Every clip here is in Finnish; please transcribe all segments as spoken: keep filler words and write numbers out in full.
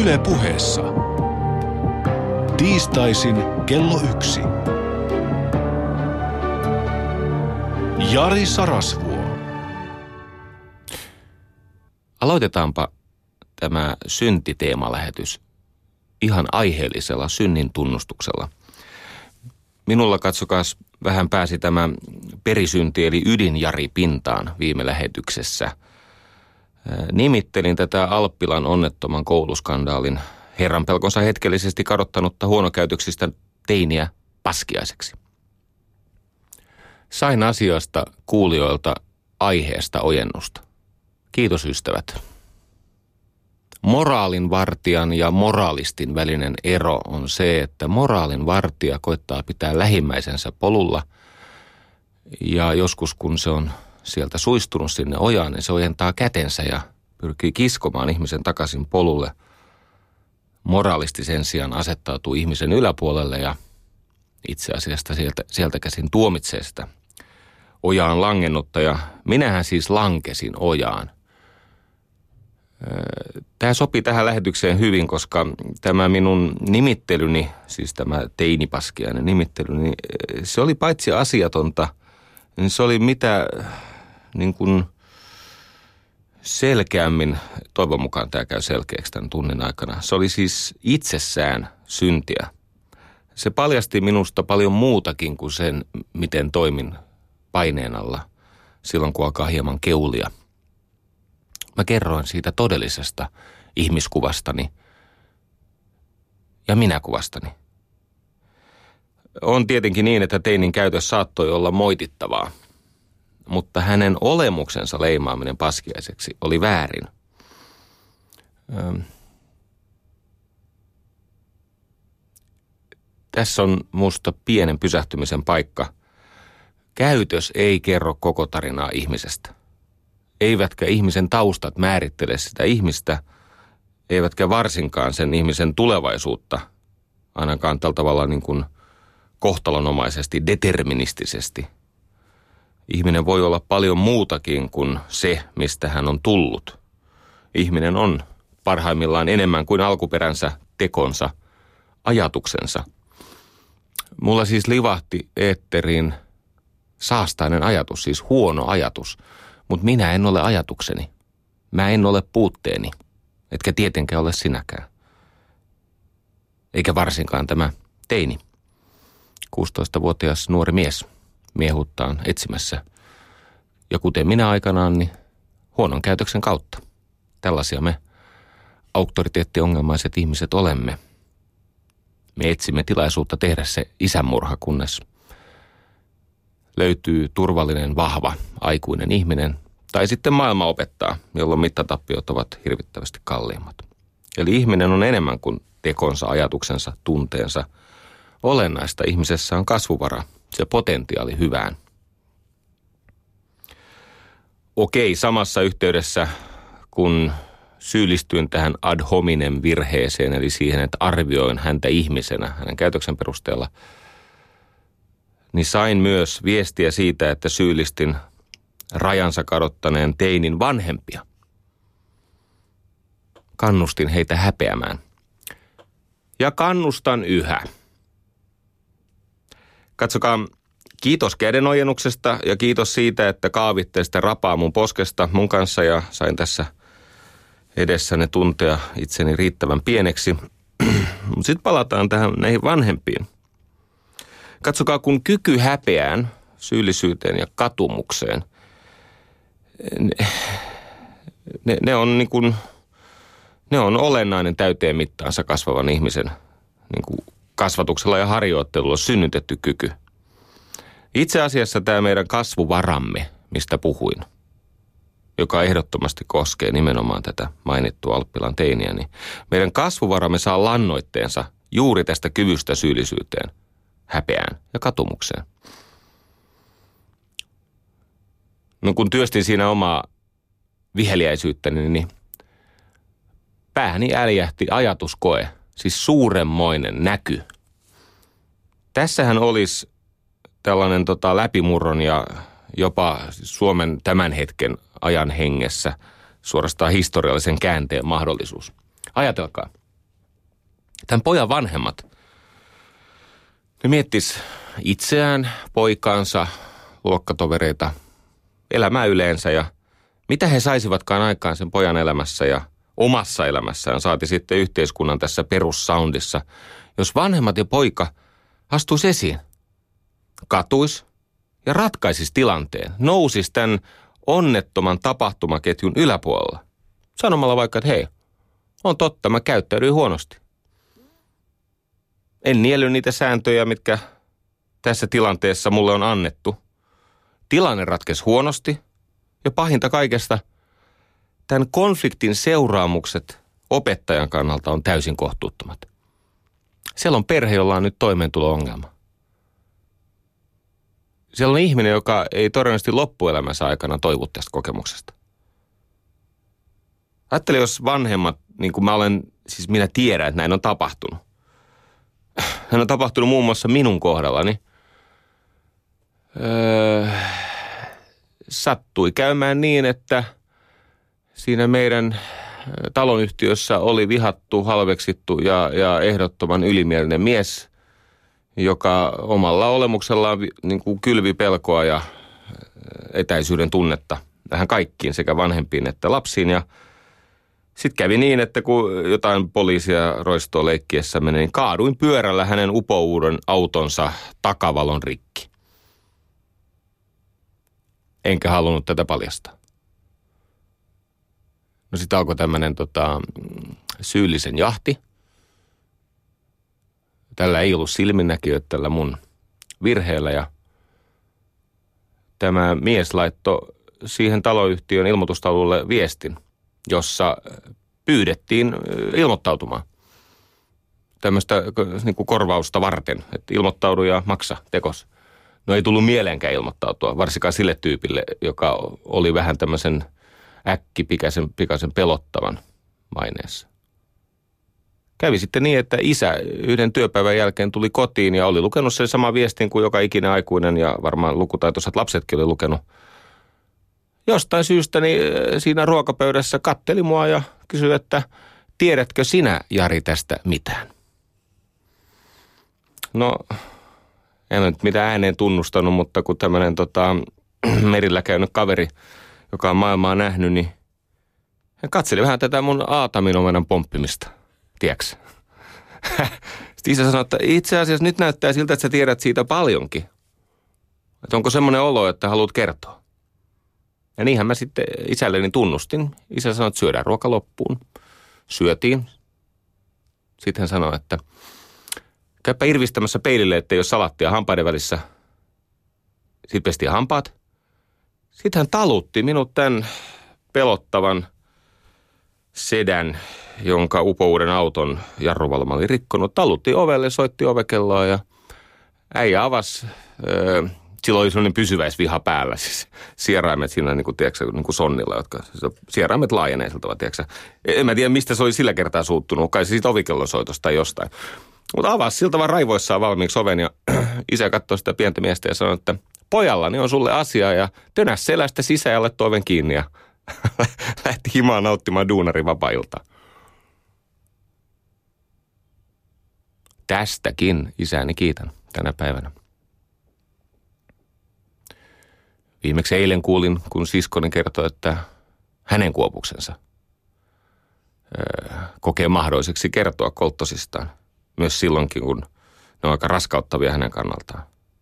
Yle Puheessa. Tiistaisin kello yksi. Jari Sarasvuo. Aloitetaanpa tämä syntiteemalähetys ihan aiheellisella synnin tunnustuksella. Minulla, katsokaas, vähän pääsi tämä perisynti eli ydinjari pintaan viime lähetyksessä. Nimittelin tätä Alppilan onnettoman kouluskandaalin herran pelkonsa hetkellisesti kadottanutta huonokäytöksistä teiniä paskiaiseksi. Sain asiasta kuulijoilta aiheesta ojennusta. Kiitos, ystävät. Moraalinvartijan ja moraalistin välinen ero on se, että moraalinvartija koittaa pitää lähimmäisensä polulla ja joskus kun se on sieltä suistunut sinne ojaan, niin se ojentaa kätensä ja pyrkii kiskomaan ihmisen takaisin polulle. Moraalisti sen sijaan asettautuu ihmisen yläpuolelle ja itse asiassa sieltä, sieltä käsin tuomitsee sitä ojaan langennutta, ja minähän siis lankesin ojaan. Tämä sopii tähän lähetykseen hyvin, koska tämä minun nimittelyni, siis tämä teinipaskiainen nimittely, niin se oli paitsi asiatonta, niin se oli mitä niin kuin selkeämmin, toivon mukaan tämä käy selkeäksi tämän tunnin aikana, se oli siis itsessään syntiä. Se paljasti minusta paljon muutakin kuin sen, miten toimin paineen alla silloin, kun alkaa hieman keulia. Mä kerroin siitä todellisesta ihmiskuvastani ja minäkuvastani. On tietenkin niin, että teinin käytös saattoi olla moitittavaa, mutta hänen olemuksensa leimaaminen paskiaiseksi oli väärin. Öm. Tässä on musta pienen pysähtymisen paikka. Käytös ei kerro koko tarinaa ihmisestä. Eivätkä ihmisen taustat määrittele sitä ihmistä, eivätkä varsinkaan sen ihmisen tulevaisuutta, ainakaan tällä tavalla niin kuin kohtalonomaisesti, deterministisesti. Ihminen voi olla paljon muutakin kuin se, mistä hän on tullut. Ihminen on parhaimmillaan enemmän kuin alkuperänsä, tekonsa, ajatuksensa. Mulla siis livahti eetteriin saastainen ajatus, siis huono ajatus. Mutta minä en ole ajatukseni. Mä en ole puutteeni. Etkä tietenkään ole sinäkään. Eikä varsinkaan tämä teini. kuusitoistavuotias nuori mies miehuttaan etsimässä. Ja kuten minä aikanaan, niin huonon käytöksen kautta. Tällaisia me auktoriteettiongelmaiset ihmiset olemme. Me etsimme tilaisuutta tehdä se isänmurha, kunnes löytyy turvallinen, vahva, aikuinen ihminen, tai sitten maailma opettaa, jolloin mittatappiot ovat hirvittävästi kalliimmat. Eli ihminen on enemmän kuin tekonsa, ajatuksensa, tunteensa. Olennaista ihmisessä on kasvuvara, se potentiaali hyvään. Okei, samassa yhteydessä, kun syyllistyin tähän ad hominem virheeseen, eli siihen, että arvioin häntä ihmisenä, hänen käytöksen perusteella, niin sain myös viestiä siitä, että syyllistin rajansa kadottaneen teinin vanhempia. Kannustin heitä häpeämään. Ja kannustan yhä. Katsokaa, kiitos kädenojennuksesta ja kiitos siitä, että kaavitte sitä rapaa mun poskesta mun kanssa ja sain tässä edessäne tuntea itseni riittävän pieneksi. Sitten palataan tähän näihin vanhempiin. Katsokaa, kun kyky häpeään, syyllisyyteen ja katumukseen, ne, ne, ne, on niin kuin, ne on olennainen täyteen mittaansa kasvavan ihmisen niin kuin kasvatuksella ja harjoittelulla synnytetty kyky. Itse asiassa tämä meidän kasvuvaramme, mistä puhuin, joka ehdottomasti koskee nimenomaan tätä mainittua Alppilan teiniä, niin meidän kasvuvaramme saa lannoitteensa juuri tästä kyvystä syyllisyyteen, häpeään ja katumukseen. No kun työstin siinä omaa viheliäisyyttäni, niin päähäni äljähti ajatuskoe, siis suuremmoinen näky. Tässähän olisi tällainen tota, läpimurron ja jopa Suomen tämän hetken ajan hengessä suorastaan historiallisen käänteen mahdollisuus. Ajatelkaa. Tämän pojan vanhemmat, ne miettis itseään, poikaansa, luokkatovereita, elämää yleensä ja mitä he saisivatkaan aikaan sen pojan elämässä ja omassa elämässään, saati sitten yhteiskunnan tässä perussoundissa, jos vanhemmat ja poika astuisi esiin, katuisi ja ratkaisisi tilanteen, nousisi tämän onnettoman tapahtumaketjun yläpuolella, sanomalla vaikka, että hei, on totta, mä käyttäydyin huonosti. En nielly niitä sääntöjä, mitkä tässä tilanteessa mulle on annettu. Tilanne ratkesi huonosti ja pahinta kaikesta, tämän konfliktin seuraamukset opettajan kannalta on täysin kohtuuttomat. Siellä on perhe, jolla on nyt toimeentulo-ongelma. Siellä on ihminen, joka ei todennäköisesti loppuelämänsä aikana toivu tästä kokemuksesta. Ajattele, jos vanhemmat, niin kuin mä olen, siis minä tiedän, että näin on tapahtunut. Näin on tapahtunut muun muassa minun kohdallani. Öö, sattui käymään niin, että siinä meidän talonyhtiössä oli vihattu, halveksittu ja, ja ehdottoman ylimielinen mies, joka omalla olemuksellaan niin kuin kylvi pelkoa ja etäisyyden tunnetta vähän kaikkiin, sekä vanhempiin että lapsiin. Ja sitten kävi niin, että kun jotain poliisia roistoa leikkiessä meni, niin kaaduin pyörällä hänen upouuden autonsa takavalon rikki. Enkä halunnut tätä paljastaa. No sitten alkoi tämmöinen tota, syyllisen jahti. Tällä ei ollut silminnäkijöitä tällä mun virheellä ja tämä mies laittoi siihen taloyhtiön ilmoitustaululle viestin, jossa pyydettiin ilmoittautumaan tämmöistä niin kuin korvausta varten, että ilmoittaudu ja maksa tekos. No ei tullut mieleenkään ilmoittautua, varsinkaan sille tyypille, joka oli vähän tämmöisen äkkipikaisen pikaisen pelottavan maineessa. Kävi sitten niin, että isä yhden työpäivän jälkeen tuli kotiin ja oli lukenut sen saman viestin kuin joka ikinen aikuinen ja varmaan lukutaitoiset lapsetkin oli lukenut. Jostain syystä niin siinä ruokapöydässä katteli mua ja kysyi, että tiedätkö sinä, Jari, tästä mitään? No, en nyt mitään ääneen tunnustanut, mutta kun tämmöinen tota, merillä käynyt kaveri, joka on maailmaa nähnyt, niin hän katseli vähän tätä mun aataminomenan pomppimista. Tiedätkö? Sitten isä sanoi, että itse asiassa nyt näyttää siltä, että sä tiedät siitä paljonkin. Että onko semmoinen olo, että haluat kertoa? Ja niinhän mä sitten isälleni tunnustin. Isä sanoi, että syödään ruoka loppuun. Syötiin. Sitten hän sanoi, että käypä irvistämässä peilille, ettei ole salattia hampaiden välissä. Sitten pestiin hampaat. Sitten hän talutti minut tämän pelottavan sedän, jonka upouuden auton jarruvalma oli rikkonut. Talutti ovelle, soitti ovekelloa ja äijä avasi. Öö, silloin oli sellainen pysyväisviha päällä. Siis sieraimet siinä niin kuin, tiedätkö, niin kuin sonnilla, jotka sieraimet laajenee siltä, tiedätkö. En mä tiedä, mistä se oli sillä kertaa suuttunut. Kai se siitä ovikellon soitosta tai jostain. Mutta avasi siltä vaan raivoissaan valmiiksi oven ja isä katsoi sitä pientä miestä ja sanoi, että pojallani on sulle asiaa ja tönäs selästä sisään ja laittoi oven kiinni ja lähti himaan nauttimaan duunarin vapaa-iltaa. Tästäkin isäni kiitän tänä päivänä. Viimeksi eilen kuulin, kun siskoni kertoi, että hänen kuopuksensa öö, kokee mahdolliseksi kertoa kolttosistaan. Myös silloinkin, kun ne on aika raskauttavia hänen kannaltaan.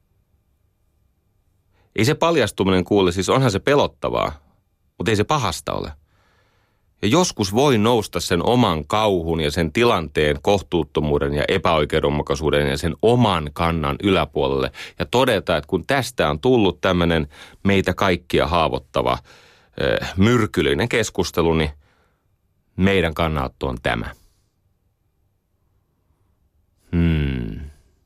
Ei se paljastuminen kuule, siis onhan se pelottavaa, mutta ei se pahasta ole. Ja joskus voi nousta sen oman kauhun ja sen tilanteen kohtuuttomuuden ja epäoikeudenmukaisuuden ja sen oman kannan yläpuolelle ja todeta, että kun tästä on tullut tämmöinen meitä kaikkia haavoittava äh, myrkyllinen keskustelu, niin meidän kannanotto on tämä. Hmm.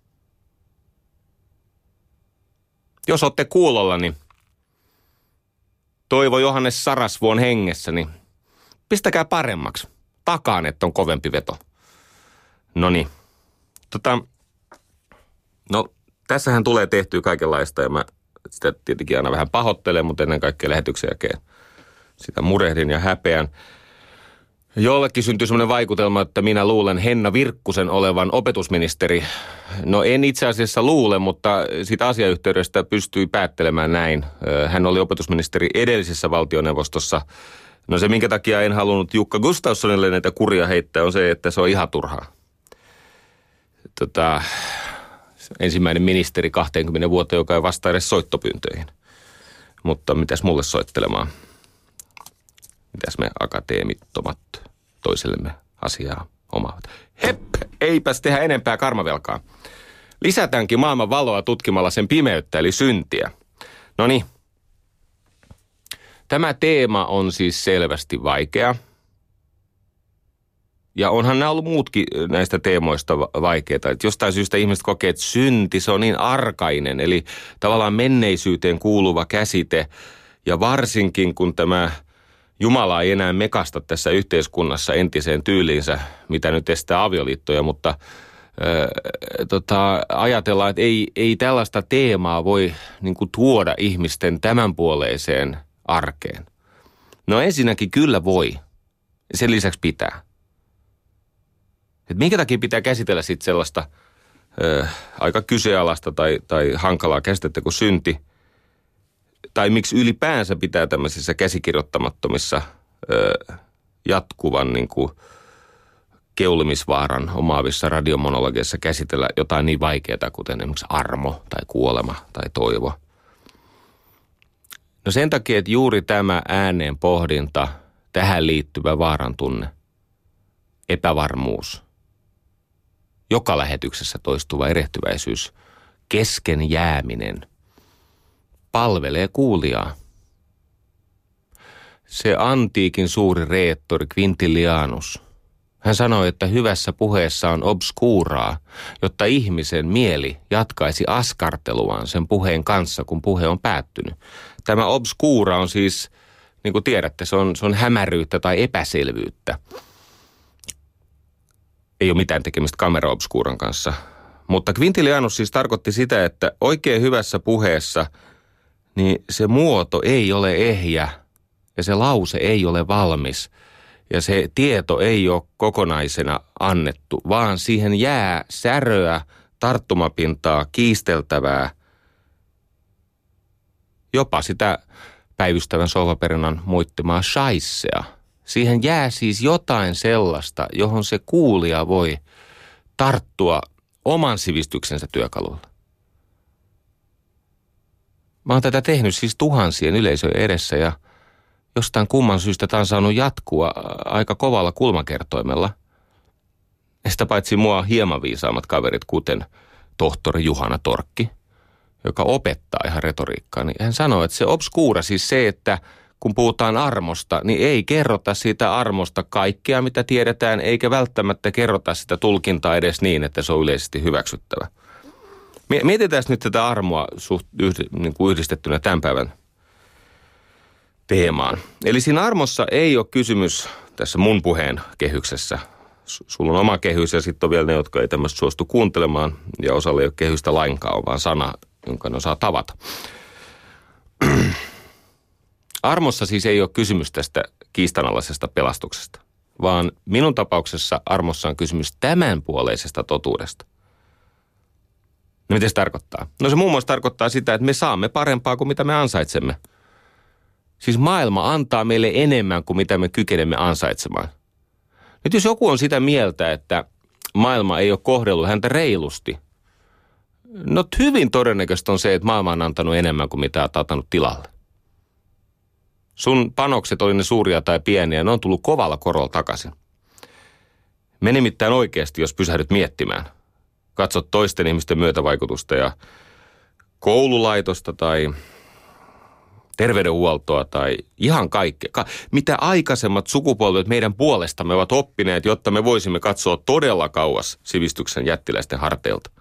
Jos olette kuulolla, niin Toivo Johannes Sarasvuon hengessä, niin pistäkää paremmaksi. Takaan, että on kovempi veto. Noniin. Tota, no, tässähän tulee tehtyä kaikenlaista ja mä sitä tietenkin aina vähän pahoittelen, mutta ennen kaikkea lähetyksen jälkeen sitä murehdin ja häpeän. Jollekin syntyy sellainen vaikutelma, että minä luulen Henna Virkkusen olevan opetusministeri. No en itse asiassa luule, mutta siitä asiayhteydestä pystyi päättelemään näin. Hän oli opetusministeri edellisessä valtioneuvostossa. No se, minkä takia en halunnut Jukka Gustafssonille näitä kuria heittää, on se, että se on ihan turhaa. Tota, ensimmäinen ministeri kaksikymmentä vuotta, joka ei vastaa edes soittopyyntöihin. Mutta mitäs mulle soittelemaan? Mitäs me akateemittomat toisellemme asiaa omaavat? Hep, eipäs tehdä enempää karmavelkaa. Lisätäänkin maailman valoa tutkimalla sen pimeyttä eli syntiä. Noniin. Tämä teema on siis selvästi vaikea. Ja onhan nämä ollut muutkin näistä teemoista vaikeita. Että jostain syystä ihmiset kokee, että synti, se on niin arkainen. Eli tavallaan menneisyyteen kuuluva käsite. Ja varsinkin kun tämä Jumala ei enää mekasta tässä yhteiskunnassa entiseen tyyliinsä, mitä nyt estää avioliittoja, mutta äh, tota, ajatellaan, että ei, ei tällaista teemaa voi niin kuin, tuoda ihmisten tämänpuoleiseen arkeen. No ensinnäkin kyllä voi. Sen lisäksi pitää. Et minkä takia pitää käsitellä sitten sellaista ö, aika kyseenalaista tai, tai hankalaa käsitettä kuin synti? Tai miksi ylipäänsä pitää tämmöisissä käsikirjoittamattomissa ö, jatkuvan niin kuin keulimisvaaran omaavissa radiomonologeissa käsitellä jotain niin vaikeaa, kuten esimerkiksi armo tai kuolema tai toivo? No sen takia, että juuri tämä ääneen pohdinta, tähän liittyvä vaaran tunne, epävarmuus, joka lähetyksessä toistuva erehtyväisyys, kesken jääminen, palvelee kuulijaa. Se antiikin suuri reettori Quintilianus, hän sanoi, että hyvässä puheessa on obscuraa, jotta ihmisen mieli jatkaisi askarteluaan sen puheen kanssa, kun puhe on päättynyt. Tämä obscura on siis, niin kuin tiedätte, se on, se on hämäryyttä tai epäselvyyttä. Ei ole mitään tekemistä kamera obscuran kanssa. Mutta Quintilianus siis tarkoitti sitä, että oikein hyvässä puheessa niin se muoto ei ole ehjä ja se lause ei ole valmis. Ja se tieto ei ole kokonaisena annettu, vaan siihen jää säröä, tarttumapintaa, kiisteltävää, jopa sitä päivystävän sohvaperinnän muittimaa shaissea. Siihen jää siis jotain sellaista, johon se kuulija voi tarttua oman sivistyksensä työkalulla. Mä oon tätä tehnyt siis tuhansien yleisöjen edessä ja jostain kumman syystä tämä on saanut jatkua aika kovalla kulmakertoimella. Sitä paitsi mua hieman viisaammat kaverit, kuten tohtori Juhana Torkki, joka opettaa ihan retoriikkaa, niin hän sanoi, että se obscuura, siis se, että kun puhutaan armosta, niin ei kerrota siitä armosta kaikkea, mitä tiedetään, eikä välttämättä kerrota sitä tulkintaa edes niin, että se on yleisesti hyväksyttävä. Mietitään nyt tätä armoa suht yhdistettynä tämän päivän teemaan. Eli siinä armossa ei ole kysymys tässä mun puheen kehyksessä. Sulla on oma kehys ja sitten on vielä ne, jotka ei tämmöistä suostu kuuntelemaan ja osalla ei ole kehystä lainkaan, vaan sana, jonka ne osaa tavata. Armossa siis ei ole kysymys tästä kiistanalaisesta pelastuksesta, vaan minun tapauksessa armossa on kysymys tämänpuoleisesta totuudesta. No mitä se tarkoittaa? No se muun muassa tarkoittaa sitä, että me saamme parempaa kuin mitä me ansaitsemme. Siis maailma antaa meille enemmän kuin mitä me kykenemme ansaitsemaan. Nyt jos joku on sitä mieltä, että maailma ei ole kohdellut häntä reilusti, no hyvin todennäköistä on se, että maailma on antanut enemmän kuin mitä olet antanut tilalle. Sun panokset oli ne suuria tai pieniä, ne on tullut kovalla korolla takaisin. Me nimittäin oikeasti, jos pysähdyt miettimään, katsot toisten ihmisten myötävaikutusta ja koululaitosta tai terveydenhuoltoa tai ihan kaikkea. Mitä aikaisemmat sukupolvet meidän puolestamme ovat oppineet, jotta me voisimme katsoa todella kauas sivistyksen jättiläisten harteilta.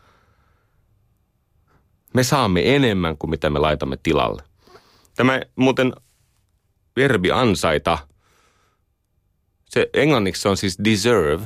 Me saamme enemmän kuin mitä me laitamme tilalle. Tämä muuten verbi ansaita, se englanniksi on siis deserve,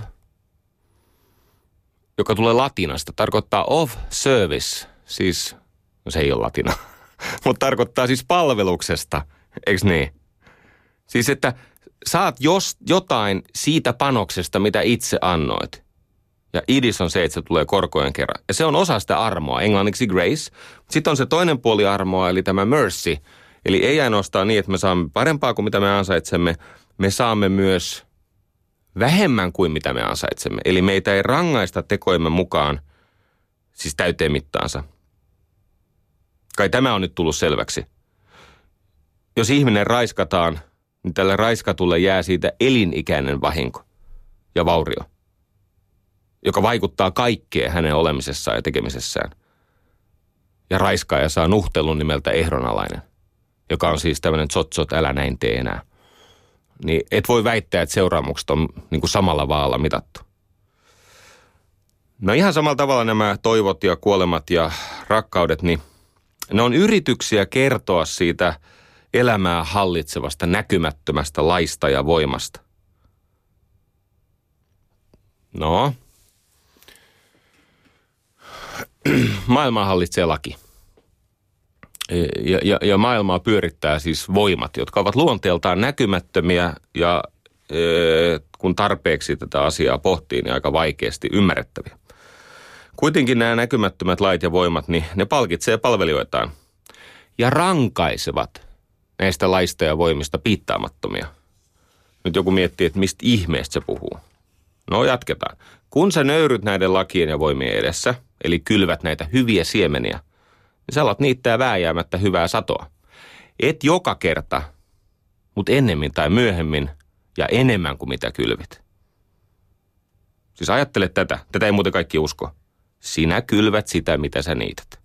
joka tulee latinasta, tarkoittaa of service, siis, no se ei ole latina, mutta tarkoittaa siis palveluksesta, eikö niin? Siis, että saat jos, jotain siitä panoksesta, mitä itse annoit. Ja idis on se, että se tulee korkojen kerran. Ja se on osa sitä armoa, englanniksi grace. Sitten on se toinen puoli armoa, eli tämä mercy. Eli ei ainoastaan niin, että me saamme parempaa kuin mitä me ansaitsemme, me saamme myös vähemmän kuin mitä me ansaitsemme. Eli meitä ei rangaista tekoimme mukaan, siis täyteen mittaansa. Kai tämä on nyt tullut selväksi. Jos ihminen raiskataan, niin tälle raiskatulle jää siitä elinikäinen vahinko ja vaurio, joka vaikuttaa kaikkeen hänen olemisessaan ja tekemisessään. Ja raiskaaja saa nuhtelun nimeltä ehdonalainen, joka on siis tämmöinen tsot-tsot, älä näin tee enää. Niin et voi väittää, että seuraamukset on niin kuin samalla vaalla mitattu. No ihan samalla tavalla nämä toivot ja kuolemat ja rakkaudet, niin ne on yrityksiä kertoa siitä elämää hallitsevasta, näkymättömästä laista ja voimasta. No, maailmaa hallitsee laki. Ja, ja, ja maailmaa pyörittää siis voimat, jotka ovat luonteeltaan näkymättömiä ja e, kun tarpeeksi tätä asiaa pohtii, niin aika vaikeasti ymmärrettäviä. Kuitenkin nämä näkymättömät lait ja voimat, niin ne palkitsee palvelijoitaan ja rankaisevat näistä laista ja voimista piittaamattomia. Nyt joku miettii, että mistä ihmeestä se puhuu. No jatketaan. Kun sä nöyryt näiden lakien ja voimien edessä, eli kylvät näitä hyviä siemeniä, niin sä alat niittää vääjäämättä hyvää satoa. Et joka kerta, mutta ennemmin tai myöhemmin ja enemmän kuin mitä kylvit. Siis ajattele tätä. Tätä ei muuten kaikki usko. Sinä kylvät sitä, mitä sä niität.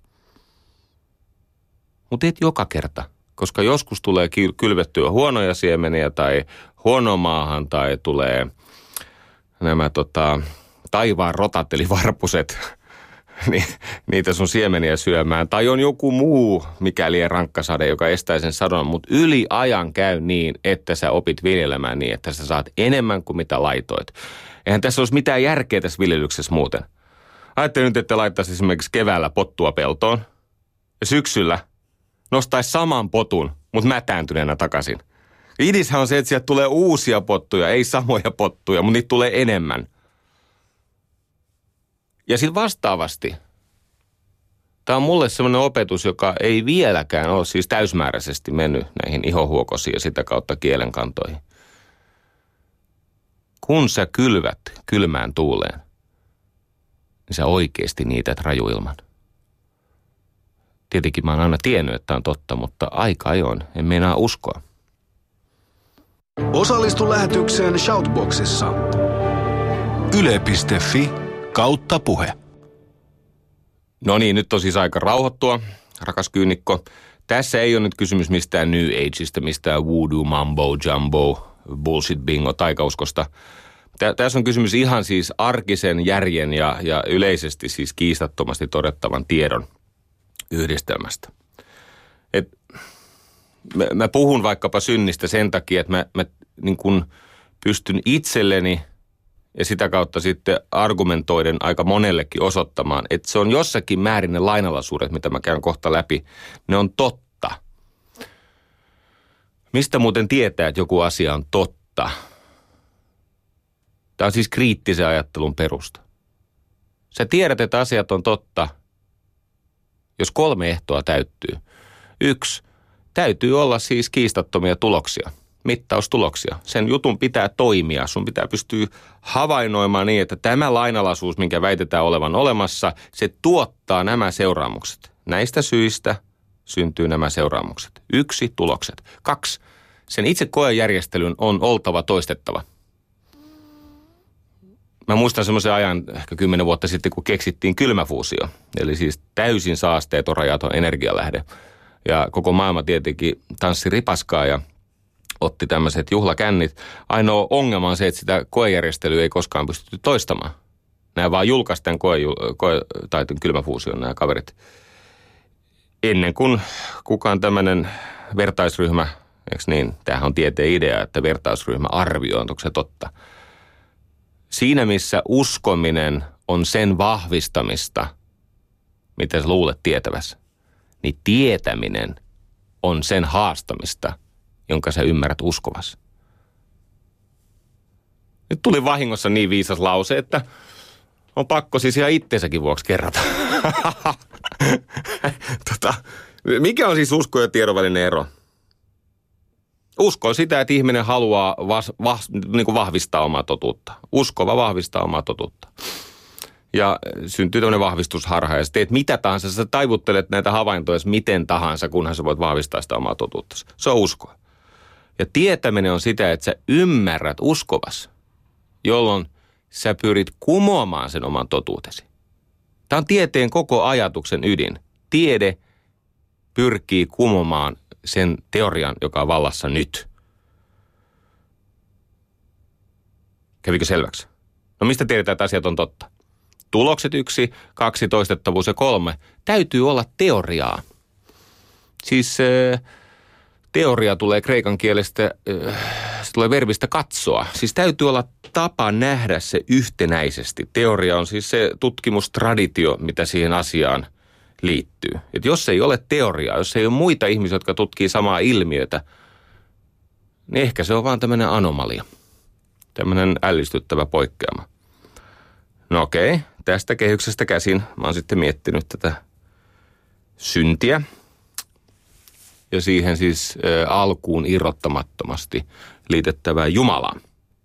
Mutta et joka kerta, koska joskus tulee kylvettyä huonoja siemeniä tai huono maahan tai tulee nämä tota, taivaan rotat eli varpuset, niin niitä sun siemeniä syömään. Tai on joku muu, mikäli rankkasade, joka estää sen sadon, mutta yli ajan käy niin, että sä opit viljelemään niin, että sä saat enemmän kuin mitä laitoit. Eihän tässä olisi mitään järkeä tässä viljelyksessä muuten. Ajattelin nyt, että laittaisi esimerkiksi keväällä pottua peltoon ja syksyllä nostaisi saman potun, mutta mätääntyneenä takaisin. Idishän on se, että sieltä tulee uusia pottuja, ei samoja pottuja, mutta niitä tulee enemmän. Ja sitten vastaavasti, tämä on mulle sellainen opetus, joka ei vieläkään ole siis täysmääräisesti mennyt näihin ihohuokosiin ja sitä kautta kielenkantoihin. Kun sä kylvät kylmään tuuleen, niin sä oikeasti niität rajuilman. Tietenkin mä oon aina tiennyt, että on totta, mutta aika ajoin en meinaa uskoa. Osallistu lähetykseen Shoutboxissa. Yle piste fi kautta puhe. No niin, nyt on siis aika rauhoittua, rakas kyynikko. Tässä ei ole nyt kysymys mistään New Ageista, mistään voodoo, mambo, jumbo, bullshit, bingo, taikauskosta. Tässä on kysymys ihan siis arkisen järjen ja, ja yleisesti siis kiistattomasti todettavan tiedon yhdistelmästä. Et mä, mä puhun vaikkapa synnistä sen takia, että mä, mä niin kun pystyn itselleni ja sitä kautta sitten argumentoiden aika monellekin osoittamaan, että se on jossakin määrin ne lainalaisuudet, mitä mä käyn kohta läpi, ne on totta. Mistä muuten tietää, että joku asia on totta? Tämä on siis kriittisen ajattelun perusta. Sä tiedät, että asiat on totta, jos kolme ehtoa täyttyy. Yksi, täytyy olla siis kiistattomia tuloksia, mittaustuloksia. Sen jutun pitää toimia. Sun pitää pystyä havainnoimaan niin, että tämä lainalaisuus, minkä väitetään olevan olemassa, se tuottaa nämä seuraamukset. Näistä syistä syntyy nämä seuraamukset. Yksi, tulokset. Kaksi, sen itse koejärjestelyn on oltava toistettava. Mä muistan semmoisen ajan ehkä kymmenen vuotta sitten, kun keksittiin kylmäfuusio. Eli siis täysin saasteeton rajaton energialähde. Ja koko maailma tietenkin tanssi ripaskaa ja otti tämmöiset juhlakännit. Ainoa ongelma on se, että sitä koejärjestelyä ei koskaan pystytty toistamaan. Nämä vaan julkaistaan koe, koe, tai kylmäfuusion nämä kaverit. Ennen kuin kukaan tämmöinen vertaisryhmä, eikö niin, tämähän on tieteen idea, että vertaisryhmä arvioi, onko se totta. Siinä, missä uskominen on sen vahvistamista, mitä sä luulet tietävässä, niin tietäminen on sen haastamista jonka sä ymmärrät uskovas. Nyt tuli vahingossa niin viisas lause, että on pakko siis ihan itsensäkin vuoksi kerrata. tota, mikä on siis usko ja tiedon välinen ero? Usko on sitä, että ihminen haluaa vas, vas, niin kuin vahvistaa omaa totuutta. Uskova vahvistaa omaa totuutta. Ja syntyy tämmöinen vahvistusharha. Ja sä teet mitä tahansa, sä taivuttelet näitä havaintoja miten tahansa, kunhan sä voit vahvistaa sitä omaa totuutta. Se on uskoa. Ja tietäminen on sitä, että sä ymmärrät uskovas, jolloin sä pyrit kumoamaan sen oman totuutesi. Tämä on tieteen koko ajatuksen ydin. Tiede pyrkii kumoamaan sen teorian, joka on vallassa nyt. Kävikö selväksi? No mistä tiedetään, että asiat on totta? Tulokset yksi, kaksi, toistettavuus ja kolme. Täytyy olla teoriaa. Siis äh, teoria tulee kreikan kielestä, äh, se tulee verbistä katsoa. Siis täytyy olla tapa nähdä se yhtenäisesti. Teoria on siis se tutkimustraditio, mitä siihen asiaan liittyy. Et jos ei ole teoriaa, jos ei ole muita ihmisiä, jotka tutkii samaa ilmiötä, niin ehkä se on vaan tämmöinen anomalia. Tämmöinen ällistyttävä poikkeama. No okei, tästä kehyksestä käsin mä oon sitten miettinyt tätä syntiä. Ja siihen siis ä, alkuun irrottamattomasti liitettävää Jumalaa.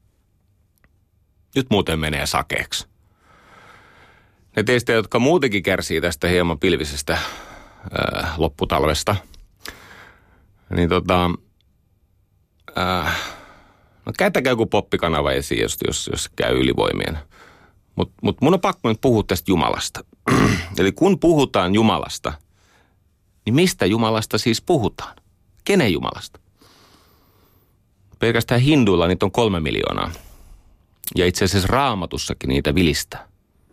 Nyt muuten menee sakeeksi. Ne teistä, jotka muutenkin kärsii tästä hieman pilvisestä ää, lopputalvesta, niin tota, ää, no käyttäkää joku poppikanava esiin, jos, jos, jos käy ylivoimien. Mutta mut mun on pakko nyt puhua tästä Jumalasta. Eli kun puhutaan Jumalasta, niin mistä Jumalasta siis puhutaan? Kenen Jumalasta? Pelkästään hinduilla niitä on kolme miljoonaa. Ja itse asiassa Raamatussakin niitä vilistää.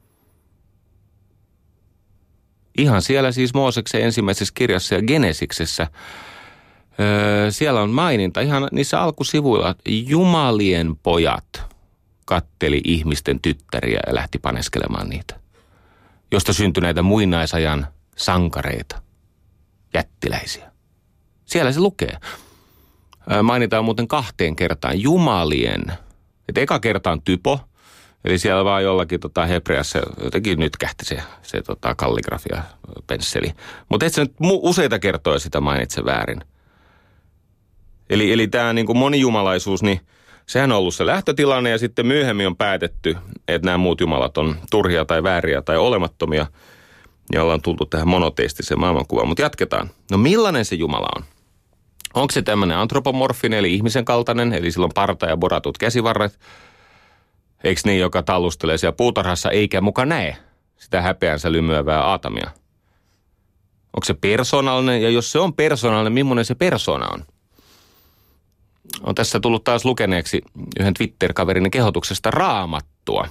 Ihan siellä siis Mooseksen ensimmäisessä kirjassa ja Genesiksessä. Öö, siellä on maininta ihan niissä alkusivuilla. Jumalien pojat katteli ihmisten tyttäriä ja lähti paneskelemaan niitä. Josta syntyi näitä muinaisajan sankareita, jättiläisiä. Siellä se lukee. Öö, mainitaan muuten kahteen kertaan jumalien. Että eka kerta on typo. Eli siellä vaan jollakin tota, hebreassa jotenkin nyt kähti se, se tota, kalligrafia pensseli. Mutta et sä nyt mu- useita kertoja sitä mainitse väärin. Eli, eli tämä niinku monijumalaisuus, niin sehän on ollut se lähtötilanne ja sitten myöhemmin on päätetty, että nämä muut jumalat on turhia tai vääriä tai olemattomia. Ja ollaan tultu tähän monoteistiseen maailmankuvaan. Mutta jatketaan. No millainen se Jumala on? Onko se tämmöinen antropomorfinen eli ihmisen kaltainen, eli sillä on parta ja boratut käsivarret? Eikö niin, joka tallustelee siellä puutarhassa eikä muka näe sitä häpeänsä lymyävää aatamia? Onko se persoonallinen? Ja jos se on persoonallinen, millainen se persoona on? On tässä tullut taas lukeneeksi yhden Twitter-kaverin kehotuksesta Raamattua.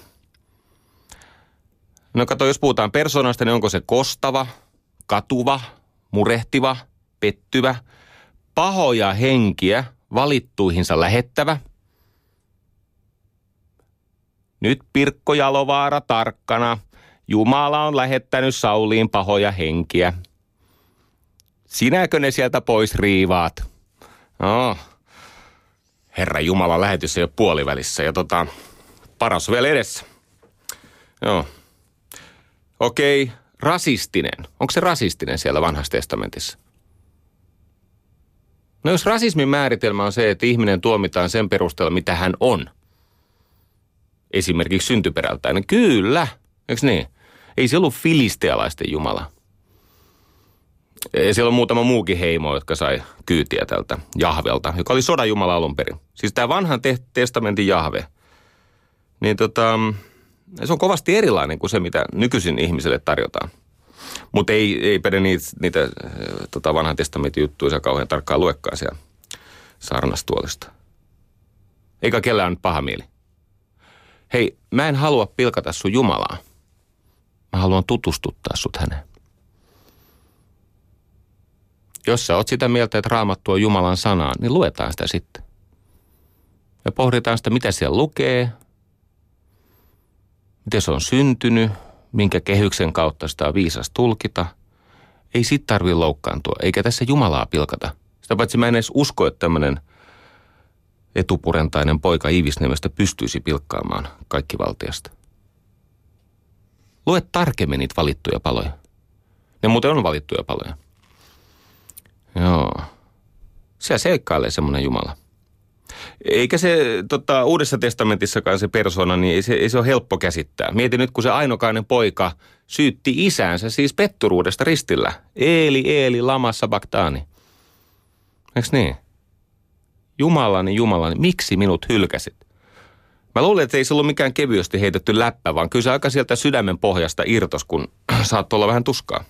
No kato, jos puhutaan persoonasta, niin onko se kostava, katuva, murehtiva, pettyvä, pahoja henkiä valittuihinsa lähettävä? Nyt Pirkko Jalovaara tarkkana. Jumala on lähettänyt Sauliin pahoja henkiä. Sinäkö ne sieltä pois riivaat? No, Herra Jumala, lähetys ei ole puolivälissä ja tota, paras vielä edessä. Joo. Okei, rasistinen. Onko se rasistinen siellä Vanhassa testamentissa? No jos rasismin määritelmä on se, että ihminen tuomitaan sen perusteella, mitä hän on, esimerkiksi syntyperältään, niin kyllä, eikö niin? Ei se ollut filistealaisten Jumala. Ja siellä on muutama muukin heimo, jotka sai kyytiä tältä Jahvelta, joka oli sodan Jumala alun perin. Siis tämä vanhan te- testamentin Jahve, niin tota, se on kovasti erilainen kuin se, mitä nykyisin ihmiselle tarjotaan. Mutta ei, ei pidä niitä, niitä tota vanhan testamentin juttuja kauhean tarkkaan luekaan siellä saarnastuolista. Eikä kellään nyt paha mieli. Hei, mä en halua pilkata sun Jumalaa. Mä haluan tutustuttaa sut häneen. Jos sä oot sitä mieltä, että Raamattu on Jumalan sanaa, niin luetaan sitä sitten. Ja pohditaan sitä, mitä siellä lukee, miten se on syntynyt, minkä kehyksen kautta sitä on viisas tulkita. Ei sit tarvitse loukkaantua, eikä tässä Jumalaa pilkata. Sitä paitsi mä en edes usko, että tämmöinen etupurentainen poika Iivisniemestä pystyisi pilkkaamaan kaikki valtiasta. Lue tarkemmin niitä valittuja paloja. Ne muuten on valittuja paloja. Joo. Siellä seikkailee semmoinen Jumala. Eikä se tota, Uudessa testamentissakaan se persona, niin ei se, ei se ole helppo käsittää. Mieti nyt, kun se ainokainen poika syytti isäänsä siis petturuudesta ristillä. Eeli, Eeli, lama sabachthani. Eiks niin? Jumalani, Jumalani, miksi minut hylkäsit? Mä luulen, että ei se ollut mikään kevyesti heitetty läppä, vaan kyllä se aika sieltä sydämen pohjasta irtos, kun saattoi olla vähän tuskaa.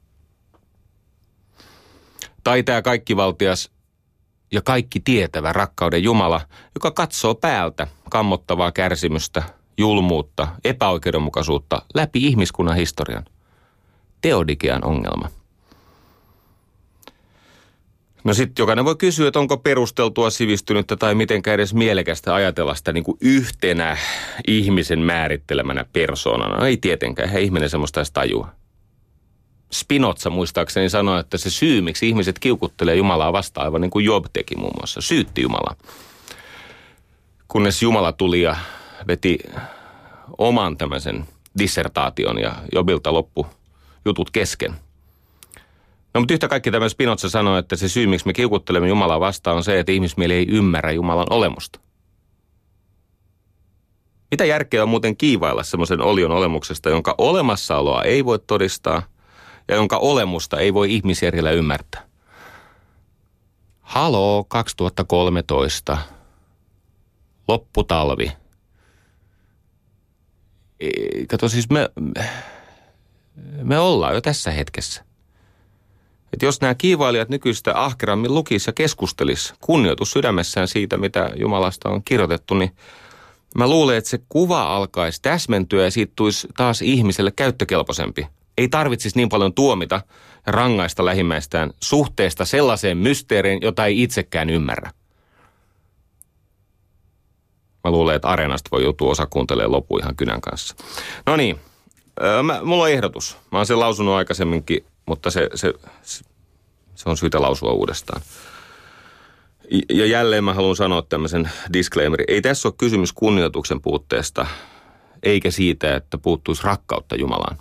Tai tämä kaikkivaltias ja kaikki tietävä rakkauden Jumala, joka katsoo päältä kammottavaa kärsimystä, julmuutta, epäoikeudenmukaisuutta läpi ihmiskunnan historian. Teodikian ongelma. No sitten jokainen voi kysyä, että onko perusteltua, sivistynyttä tai mitenkään edes mielekästä ajatella sitä niin kuin yhtenä ihmisen määrittelemänä persoonana. No ei tietenkään, eihän ihminen semmoista edes tajua. Spinoza muistaakseni sanoi, että se syy, miksi ihmiset kiukuttelee Jumalaa vastaan, aivan niin kuin Job teki muun muassa, syytti Jumalaa. Kunnes Jumala tuli ja veti oman tämmöisen dissertaation ja Jobilta loppu jutut kesken. No mutta yhtä kaikki tämä Spinoza sanoi, että se syy, miksi me kiukuttelemme Jumalaa vastaan, on se, että ihmismieli ei ymmärrä Jumalan olemusta. Mitä järkeä on muuten kiivailla semmoisen olion olemuksesta, jonka olemassaoloa ei voi todistaa ja jonka olemusta ei voi ihmisjärjellä ymmärtää? Haloo, kaksituhattakolmetoista. Lopputalvi. Ei, kato siis me, me ollaan jo tässä hetkessä. Että jos nämä kiivailijat nykyistä ahkerammin lukis ja keskustelis kunnioitus sydämessään siitä, mitä Jumalasta on kirjoitettu, niin mä luulen, että se kuva alkaisi täsmentyä ja siitä tulisi taas ihmiselle käyttökelpoisempi. Ei tarvitsisi niin paljon tuomita ja rangaista lähimmäistään suhteesta sellaiseen mysteeriin, jota ei itsekään ymmärrä. Mä luulen, että Areenasta voi joutua osa kuuntelemaan lopun ihan kynän kanssa. No niin, mä, mulla on ehdotus. Mä oon sen lausunut aikaisemminkin, mutta se, se, se on syytä lausua uudestaan. Ja jälleen mä haluan sanoa tämmöisen disclaimerin. Ei tässä ole kysymys kunnioituksen puutteesta, eikä siitä, että puuttuisi rakkautta Jumalaan.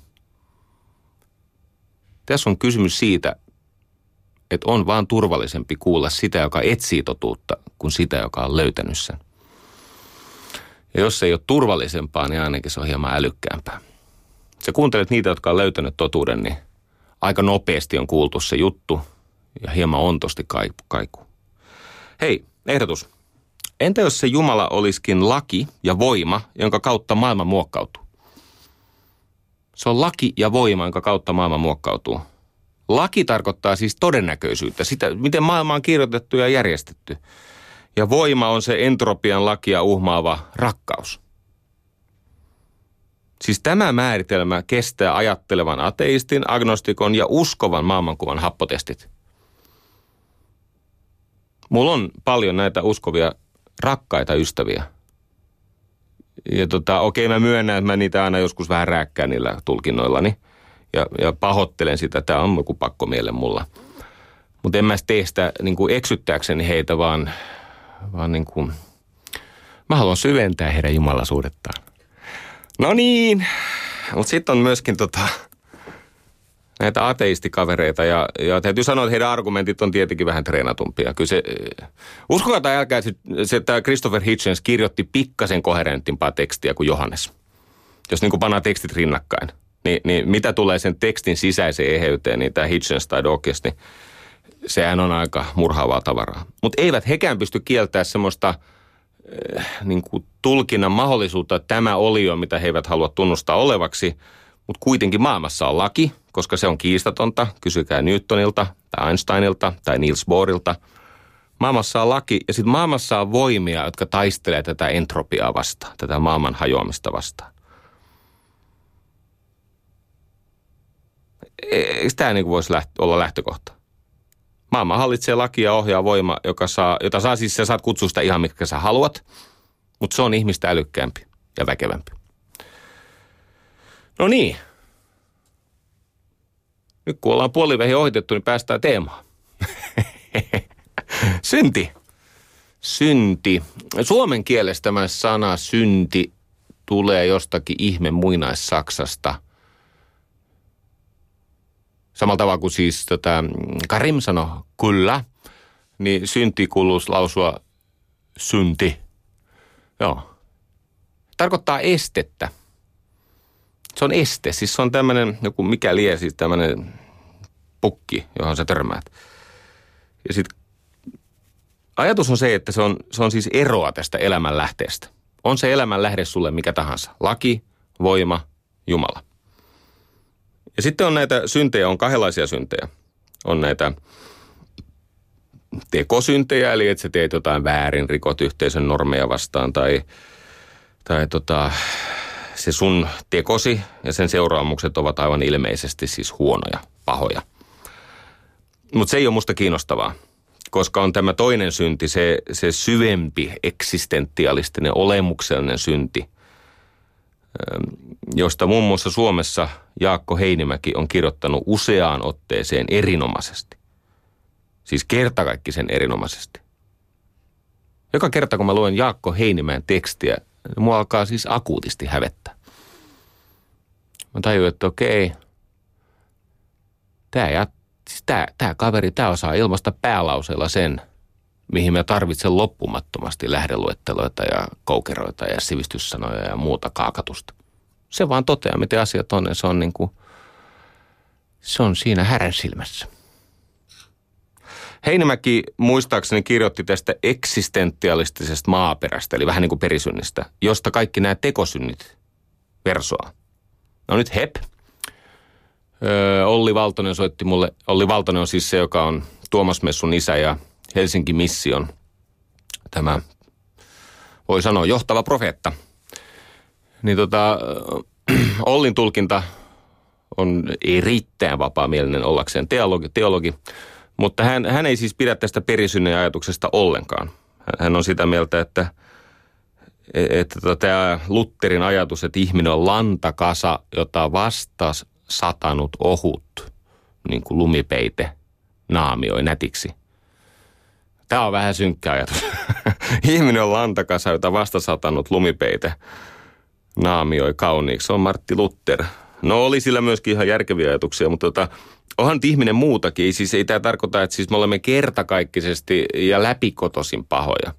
Tässä on kysymys siitä, että on vaan turvallisempi kuulla sitä, joka etsii totuutta, kuin sitä, joka on löytänyt sen. Ja jos se ei ole turvallisempaa, niin ainakin se on hieman älykkäämpää. Sä kuuntelet niitä, jotka on löytänyt totuuden, niin aika nopeasti on kuultu se juttu ja hieman ontosti kaiku. Hei, ehdotus. Entä jos se Jumala olisikin laki ja voima, jonka kautta maailma muokkautuu? Se on laki ja voima, jonka kautta maailma muokkautuu. Laki tarkoittaa siis todennäköisyyttä, sitä, miten maailma on kirjoitettu ja järjestetty. Ja voima on se entropian lakia uhmaava rakkaus. Siis tämä määritelmä kestää ajattelevan ateistin, agnostikon ja uskovan maailmankuvan happotestit. Mulla on paljon näitä uskovia rakkaita ystäviä. Ja tota, okei, mä myönnän, että mä niitä aina joskus vähän rääkkään niillä tulkinnoillani. Ja, ja pahoittelen sitä, tää on joku pakkomielle mulla. Mutta en mä tee sitä niin kuin eksyttääkseni heitä, vaan, vaan niin kuin, mä haluan syventää heidän jumalasuudettaan. No niin, mutta sitten on myöskin tota, näitä ateistikavereita ja, ja täytyy sanoa, että heidän argumentit on tietenkin vähän treenatumpia. Kyllä se, uskokaa tai älkää, se, se tämä Christopher Hitchens kirjoitti pikkasen koherenttimpaa tekstiä kuin Johannes. Jos niin kuin pannaan tekstit rinnakkain, niin, niin mitä tulee sen tekstin sisäiseen eheyteen, niin tämä Hitchens tai Dawkins, niin sehän on aika murhaavaa tavaraa. Mutta eivät hekään pysty kieltämään semmoista niin kuin tulkinnan mahdollisuutta, että tämä olio, mitä he eivät halua tunnustaa olevaksi, mutta kuitenkin maailmassa on laki, koska se on kiistatonta. Kysykää Newtonilta tai Einsteinilta tai Niels Bohrilta. Maailmassa on laki ja sitten maailmassa on voimia, jotka taistelee tätä entropiaa vastaan, tätä maailman hajoamista vastaan. Eikö tämä niin kuin voisi läht- olla lähtökohta? Maailma hallitsee lakia ja ohjaa voima, joka saa, jota saa siis, sä saat kutsua sitä ihan mitkä sä haluat, mutta se on ihmistä älykkäämpi ja väkevämpi. No niin. Nyt kun ollaan puolivähin ohitettu, niin päästään teemaan. Synti. Synti. Suomen kielessä tämä sana synti tulee jostakin ihme muinaissaksasta. Samalla tavalla kuin siis tota, Karim sanoi kyllä, niin synti kuuluisi lausua synti. Joo. Tarkoittaa estettä. Se on este, siis se on tämmöinen, joku mikä lie, siis tämmöinen pukki, johon sä törmäät. Ja sitten ajatus on se, että se on, se on siis eroa tästä elämänlähteestä. On se elämänlähde sulle mikä tahansa. Laki, voima, Jumala. Ja sitten on näitä syntejä, on kahdenlaisia syntejä. On näitä tekosyntejä, eli että sä teet jotain väärin, rikot yhteisön normeja vastaan, tai, tai tota, se sun tekosi ja sen seuraamukset ovat aivan ilmeisesti siis huonoja, pahoja. Mutta se ei ole musta kiinnostavaa, koska on tämä toinen synti, se, se syvempi, eksistentialistinen, olemuksellinen synti, josta muun muassa Suomessa Jaakko Heinimäki on kirjoittanut useaan otteeseen erinomaisesti. Siis kertakaikkisen erinomaisesti. Joka kerta, kun mä luen Jaakko Heinimäen tekstiä, mua alkaa siis akuutisti hävettää. Mä tajuin, että okei, tää, ja, siis tää, tää kaveri, tää osaa ilmaista päälauseella sen, mihin mä tarvitsen loppumattomasti lähdeluetteloita ja koukeroita ja sivistyssanoja ja muuta kaakatusta. Se vaan toteaa, miten asiat on, ja se on niin kuin, se on siinä härän silmässä. Heinimäki muistaakseni kirjoitti tästä eksistentialistisesta maaperästä, eli vähän niin kuin perisynnistä, josta kaikki nämä tekosynnit versoaa. No nyt hep. Öö, Olli Valtonen soitti mulle, Olli Valtonen on siis se, joka on Tuomas Messun isä ja Helsinki Mission, tämä voi sanoa johtava profeetta. Niin tota, Ollin tulkinta on erittäin vapaamielinen ollakseen teologi, teologi. Mutta hän, hän ei siis pidä tästä perisynnen ajatuksesta ollenkaan. Hän on sitä mieltä, että, että tämä Lutherin ajatus, että ihminen on lantakasa, jota vasta satanut ohut, niin kuin lumipeite, naamioi nätiksi. Tämä on vähän synkkä ajatus. Ihminen on lantakasa, jota vasta satanut lumipeite, naamioi kauniiksi. Se on Martti Luther. No oli sillä myöskin ihan järkeviä ajatuksia, mutta tota, onhan nyt ihminen muutakin. Ei, siis ei tämä tarkoita, että siis me olemme kertakaikkisesti ja läpikotosin pahoja.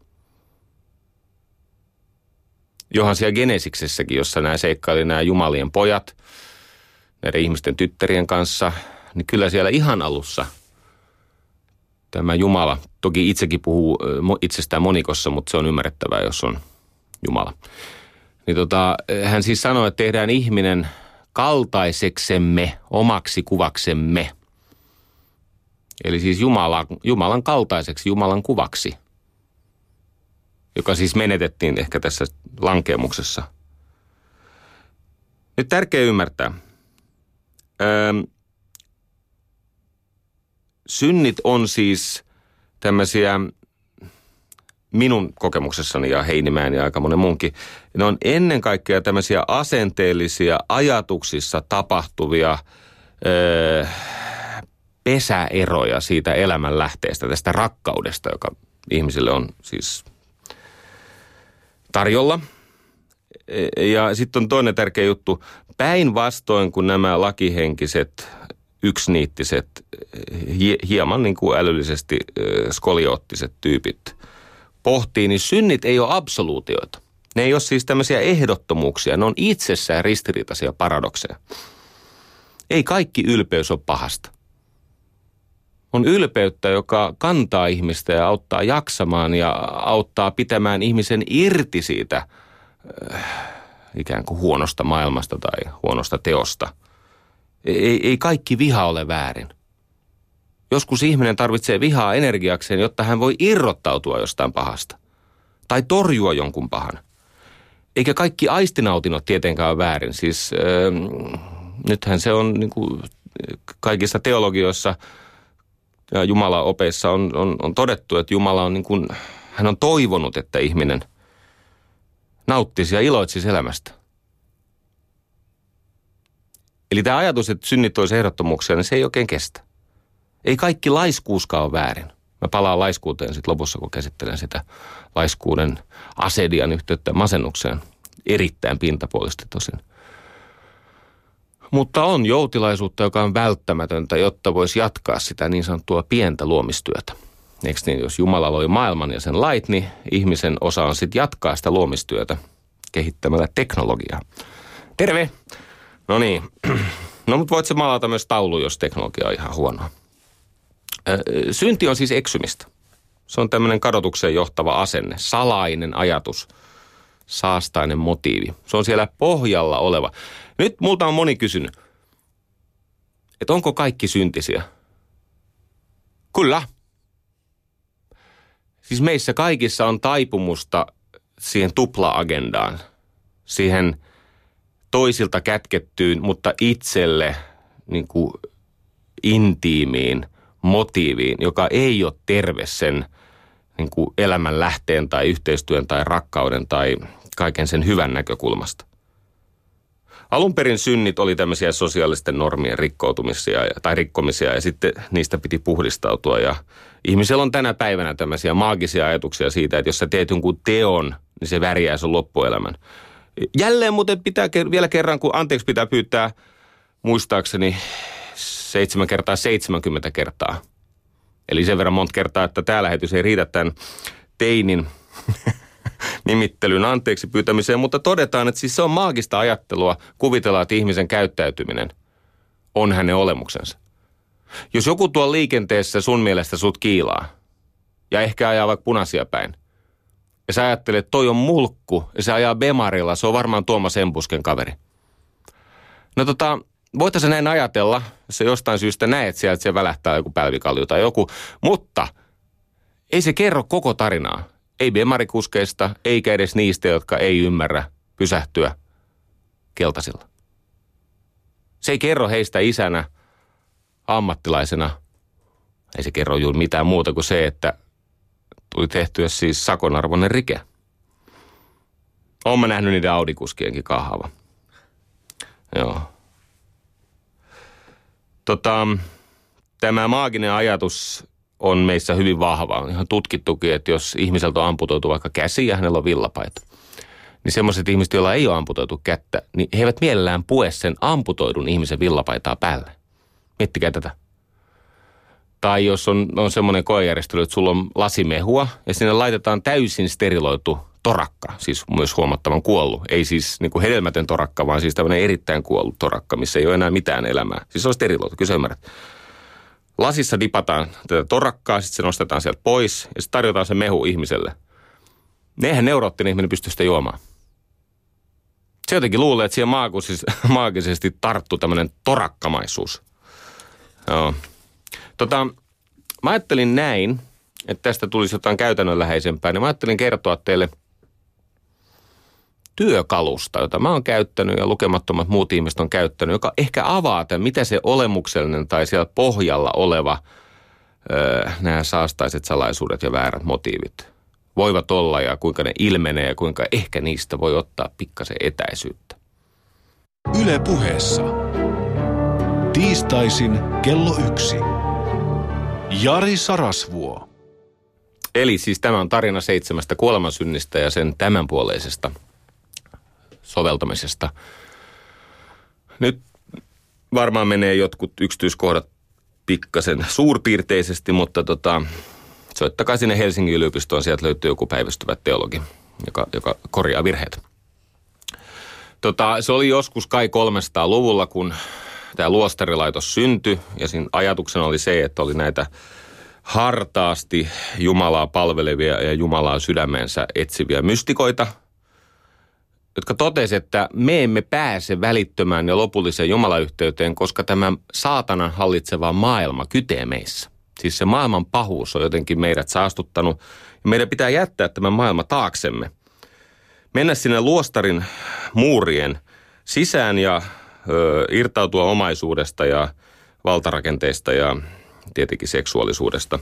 Johan siellä Genesiksessäkin, jossa nämä seikkaili nämä jumalien pojat, näiden ihmisten tyttärien kanssa, niin kyllä siellä ihan alussa tämä Jumala, toki itsekin puhuu itsestään monikossa, mutta se on ymmärrettävää, jos on Jumala. Niin tota, hän siis sanoi, että tehdään ihminen kaltaiseksemme, omaksi kuvaksemme. Eli siis Jumala, Jumalan kaltaiseksi, Jumalan kuvaksi, joka siis menetettiin ehkä tässä lankeemuksessa. Nyt tärkeä ymmärtää. Öö, synnit on siis tämmöisiä, minun kokemuksessani ja Heinimäen ja aika monen munkin, ne on ennen kaikkea tämmöisiä asenteellisia, ajatuksissa tapahtuvia öö, pesäeroja siitä elämänlähteestä, tästä rakkaudesta, joka ihmisille on siis tarjolla. Ja sitten on toinen tärkeä juttu. Päinvastoin kuin nämä lakihenkiset, yksiniittiset, hieman niin kuin älyllisesti skolioottiset tyypit pohtii, niin synnit ei ole absoluutioita. Ne ei ole siis tämmöisiä ehdottomuuksia, ne on itsessään ristiriitaisia paradokseja. Ei kaikki ylpeys ole pahasta. On ylpeyttä, joka kantaa ihmistä ja auttaa jaksamaan ja auttaa pitämään ihmisen irti siitä äh, ikään kuin huonosta maailmasta tai huonosta teosta. Ei, ei kaikki viha ole väärin. Joskus ihminen tarvitsee vihaa energiakseen, jotta hän voi irrottautua jostain pahasta. Tai torjua jonkun pahan. Eikä kaikki aistinautinot tietenkään ole väärin. Siis äh, nythän se on niin kuin kaikissa teologioissa ja Jumalan opeissa on, on, on todettu, että Jumala on niin kuin, hän on toivonut, että ihminen nauttisi ja iloitsisi elämästä. Eli tämä ajatus, että synnit olisi ehdottomuuksia, niin se ei oikein kestä. Ei kaikki laiskuuskaan ole väärin. Mä palaan laiskuuteen sitten lopussa, kun käsittelen sitä laiskuuden asedian yhteyttä masennukseen. Erittäin pintapuolisesti tosin. Mutta on joutilaisuutta, joka on välttämätöntä, jotta voisi jatkaa sitä niin sanottua pientä luomistyötä. Eikö niin, jos Jumala loi maailman ja sen lait, niin ihmisen osa on sitten jatkaa sitä luomistyötä kehittämällä teknologiaa. Terve! No niin. No mutta voit se maalata myös taulu, jos teknologia on ihan huonoa. Synti on siis eksymistä. Se on tämmöinen kadotukseen johtava asenne, salainen ajatus, saastainen motiivi. Se on siellä pohjalla oleva. Nyt multa on moni kysynyt, että onko kaikki syntisiä? Kyllä. Siis meissä kaikissa on taipumusta siihen tupla-agendaan, siihen toisilta kätkettyyn, mutta itselle niin kuin intiimiin motiiviin, joka ei ole terve sen niin kuin elämän lähteen tai yhteistyön tai rakkauden tai kaiken sen hyvän näkökulmasta. Alun perin synnit oli tämmöisiä sosiaalisten normien rikkoutumisia tai rikkomisia ja sitten niistä piti puhdistautua. Ja ihmisellä on tänä päivänä tämmöisiä maagisia ajatuksia siitä, että jos sä teet jonkun teon, niin se värjää sun loppuelämän. Jälleen muuten pitää vielä kerran, kun anteeksi pitää pyytää muistaakseni seitsemän kertaa seitsemänkymmentä kertaa. Eli sen verran monta kertaa, että tämä lähetys ei riitä tämän teinin nimittelyn anteeksi pyytämiseen, mutta todetaan, että siis se on maagista ajattelua kuvitella, että ihmisen käyttäytyminen on hänen olemuksensa. Jos joku tuo liikenteessä sun mielestä sut kiilaa ja ehkä ajaa vaikka punaisia päin, ja sä ajattelet, että toi on mulkku ja se ajaa bemarilla, se on varmaan Tuomas Embusken kaveri. No tota, voitaisiin näin ajatella, jos sä jostain syystä näet sieltä, että se välähtää joku pälvikalju tai joku, mutta ei se kerro koko tarinaa. Ei bemarikuskeista, eikä edes niistä, jotka ei ymmärrä pysähtyä keltaisilla. Se ei kerro heistä isänä, ammattilaisena. Ei se kerro juuri mitään muuta kuin se, että tuli tehtyä siis sakonarvoinen rike. Olen mä nähnyt niiden Audi-kuskienkin kahava. Joo. Tota, tämä maaginen ajatus on meissä hyvin vahva. On ihan tutkittukin, että jos ihmiseltä on amputoitu vaikka käsi ja hänellä on villapaita, niin semmoiset ihmiset, joilla ei ole amputoitu kättä, niin he eivät mielellään pue sen amputoidun ihmisen villapaitaa päälle. Miettikää tätä. Tai jos on, on semmoinen koejärjestely, että sulla on lasimehua ja sinne laitetaan täysin steriloitu torakka, siis myös huomattavan kuollut. Ei siis niin kuin hedelmätön torakka, vaan siis tämmöinen erittäin kuollut torakka, missä ei ole enää mitään elämää. Siis se on steriloitu, kyllä sä ymmärrät. Lasissa dipataan tätä torakkaa, sitten se nostetaan sieltä pois ja sitten tarjotaan se mehu ihmiselle. Eihän neuroottinen ihminen pysty sitä juomaan. Se jotenkin luulee, että siihen maagisesti tarttuu tämmöinen torakkamaisuus. Joo. Tota, mä ajattelin näin, että tästä tulisi jotain käytännönläheisempää, niin mä ajattelin kertoa teille työkalusta, jota mä oon käyttänyt ja lukemattomat muut ihmiset on käyttänyt, joka ehkä avaa tämän, mitä se olemuksellinen tai siellä pohjalla oleva öö, nämä saastaiset salaisuudet ja väärät motiivit voivat olla ja kuinka ne ilmenee ja kuinka ehkä niistä voi ottaa pikkasen etäisyyttä. Yle Puheessa. Tiistaisin kello yksi. Jari Sarasvuo. Eli siis tämä on tarina seitsemästä kuolemansynnistä ja sen tämänpuoleisesta soveltamisesta. Nyt varmaan menee jotkut yksityiskohdat pikkasen suurpiirteisesti, mutta tota, soittakaa sinne Helsingin yliopistoon, sieltä löytyy joku päivystyvä teologi, joka, joka korjaa virheet. Tota, se oli joskus kai kolmesataaluvulla, kun tämä luostarilaitos syntyi ja siinä ajatuksena oli se, että oli näitä hartaasti Jumalaa palvelevia ja Jumalaa sydämensä etsiviä mystikoita, jotka totesi, että me emme pääse välittömään ja lopulliseen Jumalayhteyteen, koska tämä saatanan hallitseva maailma kytee meissä. Siis se maailman pahuus on jotenkin meidät saastuttanut ja meidän pitää jättää tämä maailma taaksemme. Mennä sinne luostarin muurien sisään ja ö, irtautua omaisuudesta ja valtarakenteista ja tietenkin seksuaalisuudesta.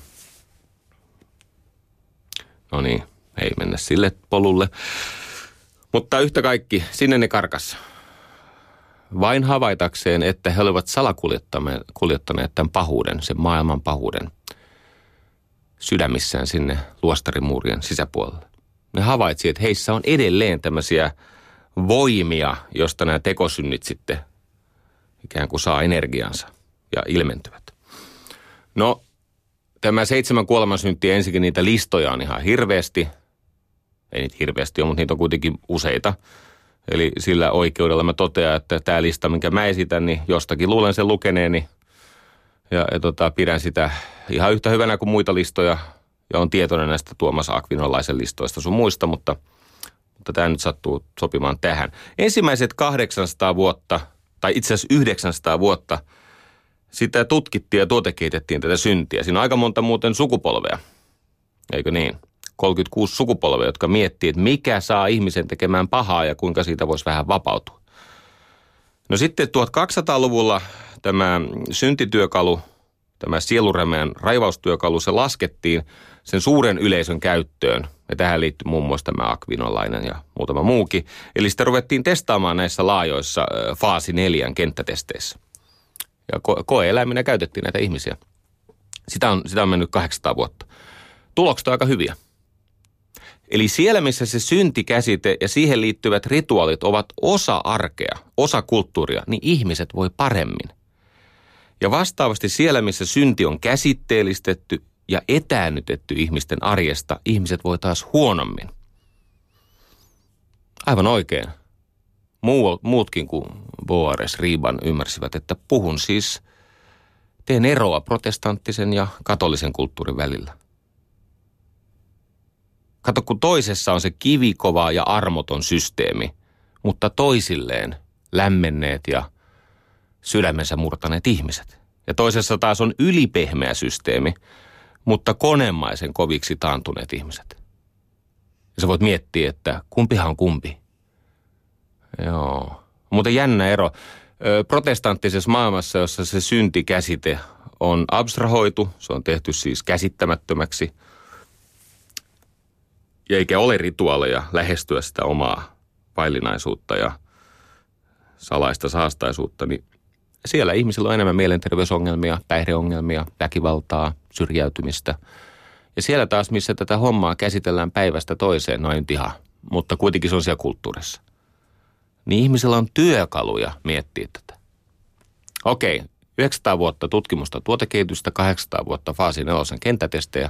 No niin, ei mennä sille polulle. Mutta yhtä kaikki, sinne ne karkas. Vain havaitakseen, että he olivat salakuljettaneet tämän pahuuden, sen maailman pahuuden. sydämissään sinne luostarimuurien sisäpuolelle. Ne havaitsi, että heissä on edelleen tämmöisiä voimia, josta nämä tekosynnit sitten ikään kuin saa energiansa ja ilmentyvät. No, tämä seitsemän kuolemansyntiä, ensinnäkin niitä listoja on ihan hirveästi. Ei niitä hirveästi ole, mutta niitä on kuitenkin useita. Eli sillä oikeudella mä totean, että tämä lista, minkä mä esitän, niin jostakin luulen sen lukeneeni. Ja, ja tota, pidän sitä ihan yhtä hyvänä kuin muita listoja. Ja on tietoinen näistä Tuomas Akvinolaisen listoista sun muista, mutta, mutta tämä nyt sattuu sopimaan tähän. Ensimmäiset kahdeksansataa vuotta, tai itse asiassa yhdeksänsataa vuotta, sitä tutkittiin ja tuotekehitettiin tätä syntiä. Siinä on aika monta muuten sukupolvea, eikö niin? kolmekymmentäkuusi sukupolvea, jotka miettii, että mikä saa ihmisen tekemään pahaa ja kuinka siitä voisi vähän vapautua. No sitten tuhatkaksisataaluvulla tämä syntityökalu, tämä sielurämeen raivaustyökalu, se laskettiin sen suuren yleisön käyttöön. Ja tähän liittyy muun muassa tämä Akvinolainen ja muutama muukin. Eli sitä ruvettiin testaamaan näissä laajoissa faasi neljän kenttätesteissä. Ja ko- koe-eläiminä käytettiin näitä ihmisiä. Sitä on, sitä on mennyt kahdeksansataa vuotta. Tulokset on aika hyviä. Eli siellä, missä se syntikäsite ja siihen liittyvät rituaalit ovat osa arkea, osa kulttuuria, niin ihmiset voi paremmin. Ja vastaavasti siellä, missä synti on käsitteellistetty ja etäännytetty ihmisten arjesta, ihmiset voi taas huonommin. Aivan oikein. Muu, muutkin kuin Boares Riban ymmärsivät, että puhun siis, teen eroa protestanttisen ja katolisen kulttuurin välillä. Kato, kun toisessa on se kivikova ja armoton systeemi, mutta toisilleen lämmenneet ja sydämensä murtaneet ihmiset. Ja toisessa taas on ylipehmeä systeemi, mutta konemaisen koviksi taantuneet ihmiset. Ja sä voit miettiä, että kumpihan on kumpi. Joo. Mutta jännä ero. Protestanttisessa maailmassa, jossa se syntikäsite on abstrahoitu, se on tehty siis käsittämättömäksi, ja eikä ole rituaaleja lähestyä sitä omaa vaillinaisuutta ja salaista saastaisuutta, niin siellä ihmisillä on enemmän mielenterveysongelmia, päihdeongelmia, väkivaltaa, syrjäytymistä. Ja siellä taas, missä tätä hommaa käsitellään päivästä toiseen, noin ihan, mutta kuitenkin se on siellä kulttuurissa. Niin ihmisillä on työkaluja miettiä tätä. Okei, yhdeksänsataa vuotta tutkimusta tuotekehitystä, kahdeksansataa vuotta faasi nelosen kenttätestejä,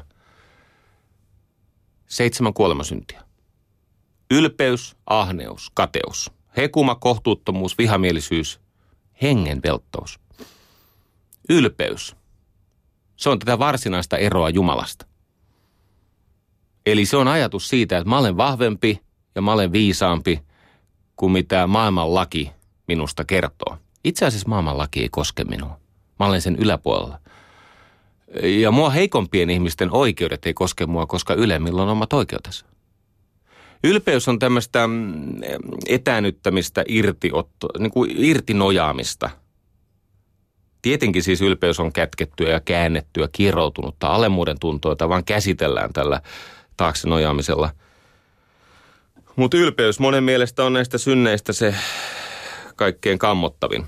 seitsemän kuolemansyntiä. Ylpeys, ahneus, kateus, hekuma, kohtuuttomuus, vihamielisyys, hengenvelttous. Ylpeys. Se on tätä varsinaista eroa Jumalasta. Eli se on ajatus siitä, että mä olen vahvempi ja mä olen viisaampi kuin mitä maailman laki minusta kertoo. Itse asiassa maailman laki ei koske minua. Mä olen sen yläpuolella. Ja mua heikompien ihmisten oikeudet ei koske mua, koska ylemmillä on omat oikeutensa. Ylpeys on tämmöistä etäännyttämistä, irtiotto, niin kuin irtinojaamista. Tietenkin siis ylpeys on kätkettyä ja käännettyä, kieroutunutta alemmuuden tuntoa, jota vaan käsitellään tällä taakse nojaamisella. Mutta ylpeys monen mielestä on näistä synneistä se kaikkein kammottavin.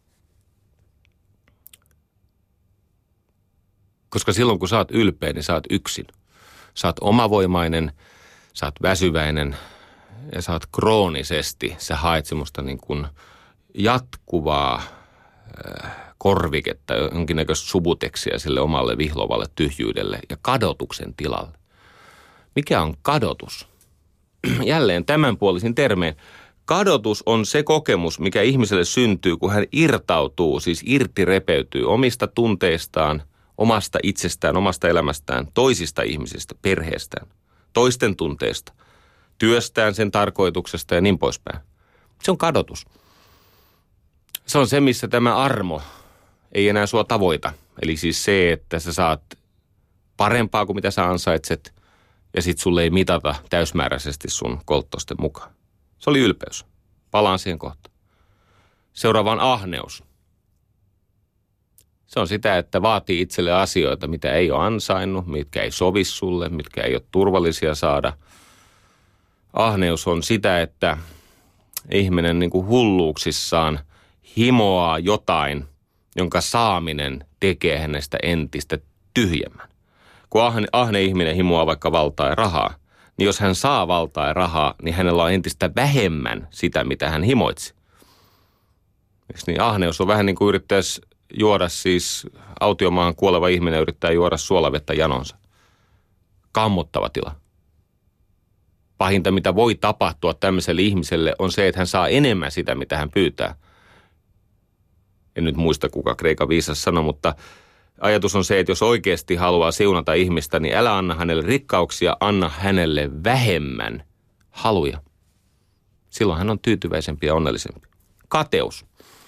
Koska silloin kun sä oot ylpeä, niin sä oot yksin. Sä oot omavoimainen, sä oot väsyväinen ja sä oot kroonisesti. Sä haet semmoista niin kuin jatkuvaa äh, korviketta, jonkinnäköistä subuteksia sille omalle vihlovalle tyhjyydelle ja kadotuksen tilalle. Mikä on kadotus? Jälleen tämänpuolisin termein. Kadotus on se kokemus, mikä ihmiselle syntyy, kun hän irtautuu, siis irti repeytyy omista tunteistaan, omasta itsestään, omasta elämästään, toisista ihmisistä, perheestään, toisten tunteista, työstään, sen tarkoituksesta ja niin poispäin. Se on kadotus. Se on se, missä tämä armo ei enää sua tavoita. Eli siis se, että sä saat parempaa kuin mitä sä ansaitset ja sit sulle ei mitata täysmääräisesti sun kolttosten mukaan. Se oli ylpeys. Palaan siihen kohtaan. Seuraava on ahneus. Se on sitä, että vaatii itselle asioita, mitä ei ole ansainnut, mitkä ei sovi sulle, mitkä ei ole turvallisia saada. Ahneus on sitä, että ihminen niin kuin hulluuksissaan himoaa jotain, jonka saaminen tekee hänestä entistä tyhjemmän. kun ahne, ahne ihminen himoaa vaikka valtaa ja rahaa, niin jos hän saa valtaa ja rahaa, niin hänellä on entistä vähemmän sitä, mitä hän himoitsi. Eikö niin? Ahneus on vähän niin kuin yrittäisi juoda siis autiomaahan kuoleva ihminen yrittää juoda suolavettä janonsa. Kammottava tila. Pahinta, mitä voi tapahtua tämmöiselle ihmiselle, on se, että hän saa enemmän sitä, mitä hän pyytää. En nyt muista, kuka Kreikan viisas sanoi, mutta ajatus on se, että jos oikeasti haluaa siunata ihmistä, niin älä anna hänelle rikkauksia, anna hänelle vähemmän haluja. Silloin hän on tyytyväisempi ja onnellisempi. Kateus.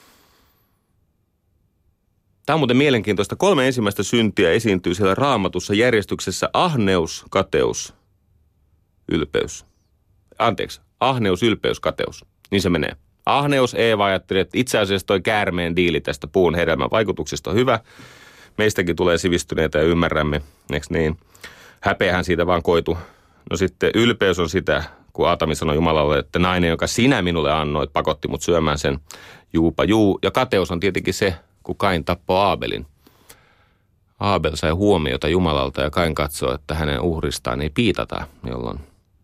Tämä on muuten mielenkiintoista. Kolme ensimmäistä syntiä esiintyy siellä Raamatussa järjestyksessä ahneus, kateus, ylpeys. Anteeksi, ahneus, ylpeys, kateus. Niin se menee. Ahneus, Eeva ajatteli, että itse asiassa toi käärmeen diili tästä puun hedelmän vaikutuksista on hyvä. Meistäkin tulee sivistyneitä ja ymmärrämme, eikö niin? Häpeähän siitä vaan koitu. No sitten ylpeys on sitä, kun Aatami sanoi Jumalalle, että nainen, joka sinä minulle annoit, pakotti mut syömään sen juupa juu. Ja kateus on tietenkin se, kun Kain tappoi Aabelin. Aabel sai huomiota Jumalalta ja Kain katsoi, että hänen uhristaan ei piitata, jolloin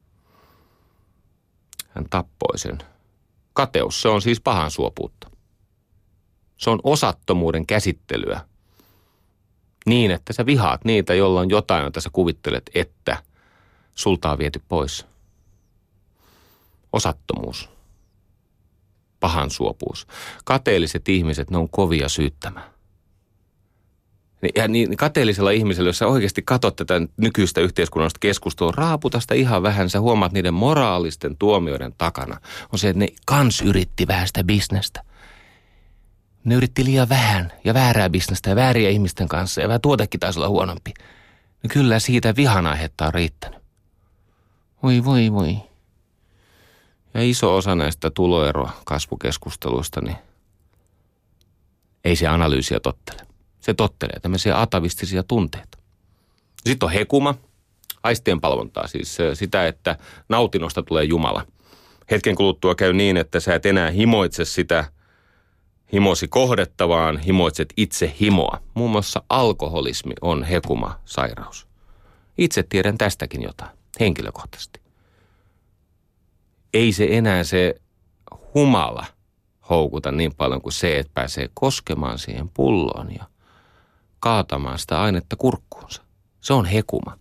hän tappoi sen. Kateus, se on siis pahan suopuutta. Se on osattomuuden käsittelyä. Niin, että sä vihaat niitä, jolla on jotain, jota sä kuvittelet, että sulta on viety pois. Osattomuus. Pahan suopuus. Kateelliset ihmiset, ne on kovia syyttämään. Ja niin kateellisella ihmisellä, jos sä oikeasti katsot tätä nykyistä yhteiskunnallista keskustelua, raaputa sitä ihan vähän, sä huomaat niiden moraalisten tuomioiden takana. On se, että ne kans yritti vähän sitä bisnestä. Ne yritti liian vähän ja väärää bisnestä ja vääriä ihmisten kanssa ja vähän tuotekin taisi olla huonompi. No kyllä siitä vihan aihetta on riittänyt. Voi voi voi. Ja iso osa näistä tuloeroa kasvukeskusteluista, niin ei se analyysiä tottele. Se tottelee tämmöisiä atavistisia tunteita. Sitten on hekuma, aistien palvontaa, siis sitä, että nautinnosta tulee Jumala. Hetken kuluttua käy niin, että sä et enää himoitse sitä himosi kohdetta, vaan himoitset itse himoa. Muun muassa alkoholismi on hekuma-sairaus. Itse tiedän tästäkin jotain, henkilökohtaisesti. Ei se enää se humala houkuta niin paljon kuin se, että pääsee koskemaan siihen pulloon ja kaatamaan sitä ainetta kurkkuunsa. Se on hekuma.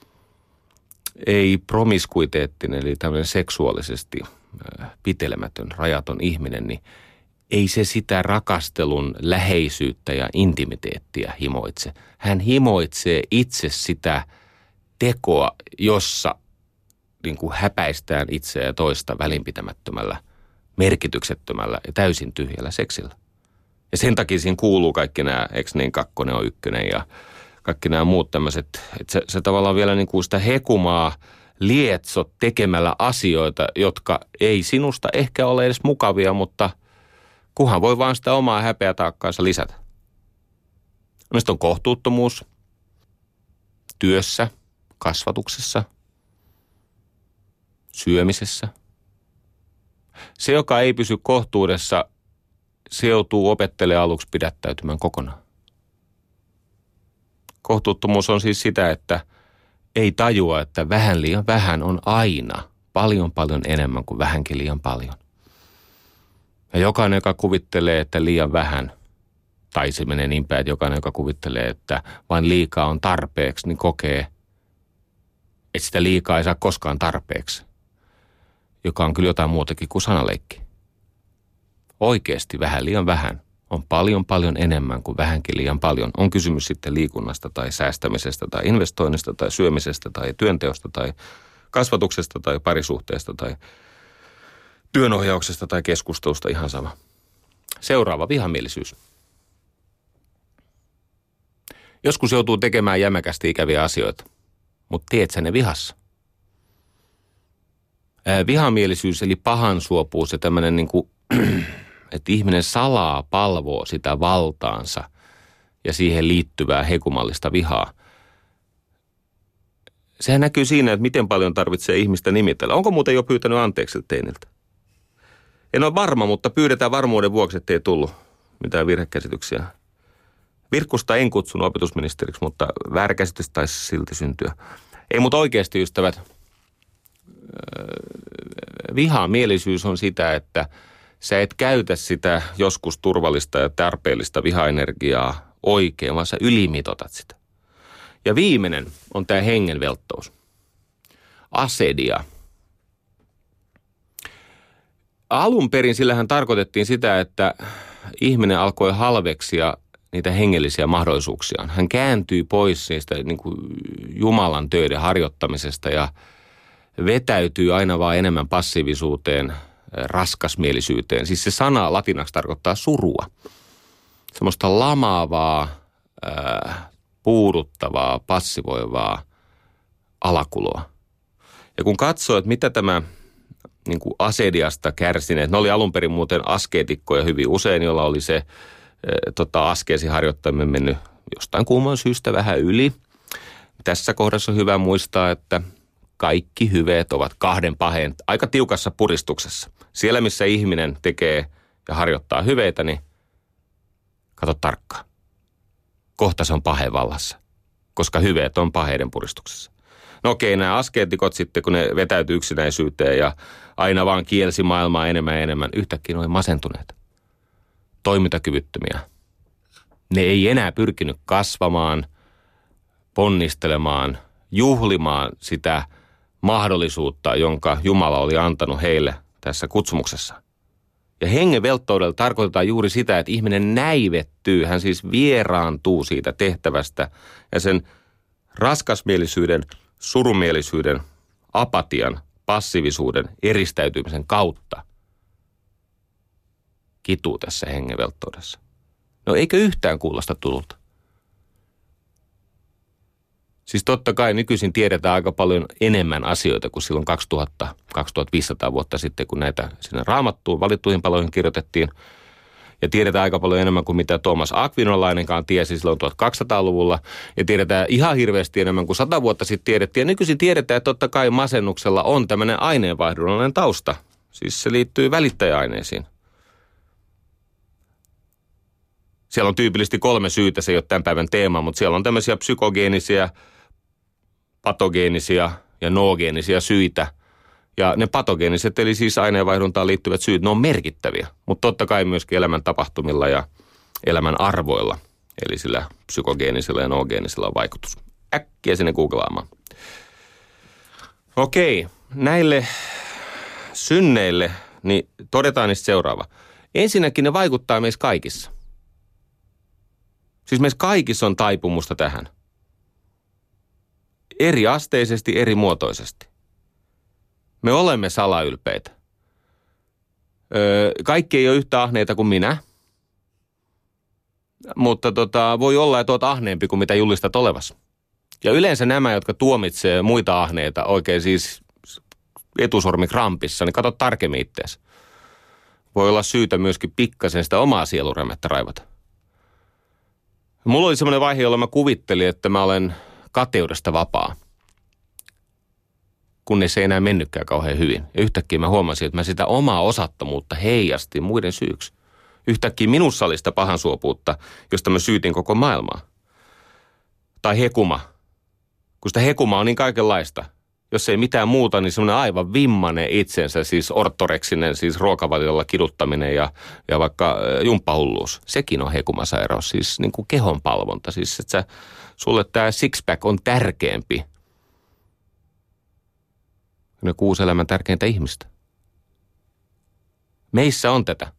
Ei promiskuiteettinen, eli tämmöinen seksuaalisesti pitelemätön, rajaton ihminen, niin ei se sitä rakastelun läheisyyttä ja intimiteettiä himoitse. Hän himoitsee itse sitä tekoa, jossa niin kuin häpäistään itseä ja toista välinpitämättömällä, merkityksettömällä ja täysin tyhjällä seksillä. Ja sen takia siinä kuuluu kaikki nämä, eikö niin, kakkonen on ykkönen ja kaikki nämä muut tämmöiset, että se, se tavallaan vielä niin kuin sitä hekumaa lietsot tekemällä asioita, jotka ei sinusta ehkä ole edes mukavia, mutta kunhan voi vaan sitä omaa häpeätaakkaansa lisätä. No sitten on kohtuuttomuus työssä, kasvatuksessa, syömisessä. Se, joka ei pysy kohtuudessa, se joutuu opettelemaan aluksi pidättäytymään kokonaan. Kohtuuttomuus on siis sitä, että ei tajua, että vähän liian vähän on aina paljon paljon enemmän kuin vähänkin liian paljon. Ja jokainen, joka kuvittelee, että liian vähän, tai se menee niin päin, että jokainen, joka kuvittelee, että vain liikaa on tarpeeksi, niin kokee, että sitä liikaa ei saa koskaan tarpeeksi. Joka on kyllä jotain muutakin kuin sanaleikki. Oikeasti vähän liian vähän on paljon paljon enemmän kuin vähänkin liian paljon. On kysymys sitten liikunnasta tai säästämisestä tai investoinnista tai syömisestä tai työnteosta tai kasvatuksesta tai parisuhteesta tai työnohjauksesta tai keskustelusta, ihan sama. Seuraava, vihamielisyys. Joskus joutuu tekemään jämäkästi ikäviä asioita, mutta tiedät sä ne vihassa? Ää, vihamielisyys eli pahansuopuus ja tämmöinen niin kuin, että ihminen salaa palvoo sitä valtaansa ja siihen liittyvää hekumallista vihaa. Sehän näkyy siinä, että miten paljon tarvitsee ihmistä nimitellä. Onko muuten jo pyytänyt anteeksi teiniltä? En ole varma, mutta pyydetään varmuuden vuoksi, ettei tullut mitään virhekäsityksiä. Virkkusta en kutsunut opetusministeriksi, mutta väärä käsitys taisi silti syntyä. Ei, mutta oikeasti ystävät, vihamielisyys on sitä, että sä et käytä sitä joskus turvallista ja tarpeellista vihaenergiaa oikein, vaan sä ylimitotat sitä. Ja viimeinen on tämä hengenvelttous. Asedia. Alun perin sillähän tarkoitettiin sitä, että ihminen alkoi halveksia niitä hengellisiä mahdollisuuksiaan. Hän kääntyi pois niistä niin kuin Jumalan töiden harjoittamisesta ja vetäytyy aina vaan enemmän passiivisuuteen, raskasmielisyyteen. Siis se sana latinaksi tarkoittaa surua. Semmoista lamaavaa, ää, puuduttavaa, passivoivaa alakuloa. Ja kun katsoo, että mitä tämä niin kuin asediasta kärsineet, ne oli alun perin muuten askeetikkoja hyvin usein, jolla oli se ää, tota, askeesin harjoittaminen mennyt jostain kumman syystä vähän yli. Tässä kohdassa on hyvä muistaa, että kaikki hyveet ovat kahden paheen aika tiukassa puristuksessa. Siellä, missä ihminen tekee ja harjoittaa hyveitä, niin kato tarkkaan. Kohta se on paheen vallassa, koska hyveet on paheiden puristuksessa. No okei, nämä askeetikot sitten, kun ne vetäytyi yksinäisyyteen ja aina vaan kielsi maailmaa enemmän ja enemmän, yhtäkkiä ne oli masentuneet, toimintakyvyttömiä. Ne ei enää pyrkinyt kasvamaan, ponnistelemaan, juhlimaan sitä mahdollisuutta, jonka Jumala oli antanut heille tässä kutsumuksessa. Ja hengenvelttoudella tarkoitetaan juuri sitä, että ihminen näivettyy, hän siis vieraantuu siitä tehtävästä ja sen raskasmielisyyden, surumielisyyden, apatian, passiivisuuden, eristäytymisen kautta kituu tässä hengenvelttoudessa. No eikö yhtään kuulosta tululta? Siis totta kai nykyisin tiedetään aika paljon enemmän asioita kuin silloin kaksituhatta kaksituhattaviisisataa vuotta sitten, kun näitä sinne Raamattuun valittuihin paloihin kirjoitettiin. Ja tiedetään aika paljon enemmän kuin mitä Tuomas Akvinolainenkaan tiesi silloin tuhatkaksisataaluvulla. Ja tiedetään ihan hirveästi enemmän kuin sata vuotta sitten tiedettiin. Ja nykyisin tiedetään, että totta kai masennuksella on tämmöinen aineenvaihdunnallinen tausta. Siis se liittyy välittäjäaineisiin. Siellä on tyypillisesti kolme syytä, se ei ole tämän päivän teema, mutta siellä on tämmöisiä psykogeenisiä, patogeenisia ja noogeenisia syitä. Ja ne patogeeniset, eli siis aineenvaihduntaan liittyvät syyt, ne on merkittäviä, mutta totta kai myöskin elämän tapahtumilla ja elämän arvoilla, eli sillä psykogeenisellä ja noogeenisella on vaikutus. Äkkiä sinne googlaamaan. Okei, näille synneille, niin todetaan niistä seuraava. Ensinnäkin ne vaikuttaa meissä kaikissa. Siis meissä kaikissa on taipumusta tähän. Eri asteisesti, eri muotoisesti. Me olemme salaylpeitä. Öö, kaikki ei ole yhtä ahneita kuin minä. Mutta tota, voi olla, että olet ahneempi kuin mitä julistat olevas. Ja yleensä nämä, jotka tuomitsee muita ahneita, oikein siis etusormi krampissa, niin katso tarkemmin ittees. Voi olla syytä myöskin pikkasen sitä omaa sielurämettä raivata. Mulla oli semmoinen vaihe, jolla mä kuvittelin, että mä olen kateudesta vapaa. Kunnes ei enää mennytkään kauhean hyvin. Ja yhtäkkiä mä huomasin, että mä sitä omaa osattomuutta heijastin muiden syyksi. Yhtäkkiä minussa oli sitä pahansuopuutta, josta mä syytin koko maailmaa. Tai hekuma. Kun sitä hekuma on niin kaikenlaista. Jos ei mitään muuta, niin semmoinen aivan vimmanen itsensä, siis ortoreksinen, siis ruokavaliolla kiduttaminen ja, ja vaikka jumppahulluus. Sekin on hekumasairaus, siis niin kuin kehonpalvonta. Siis että sä, sulle tämä sixpack on tärkeämpi. Ne kuusi elämän tärkeintä ihmistä. Meissä on tätä.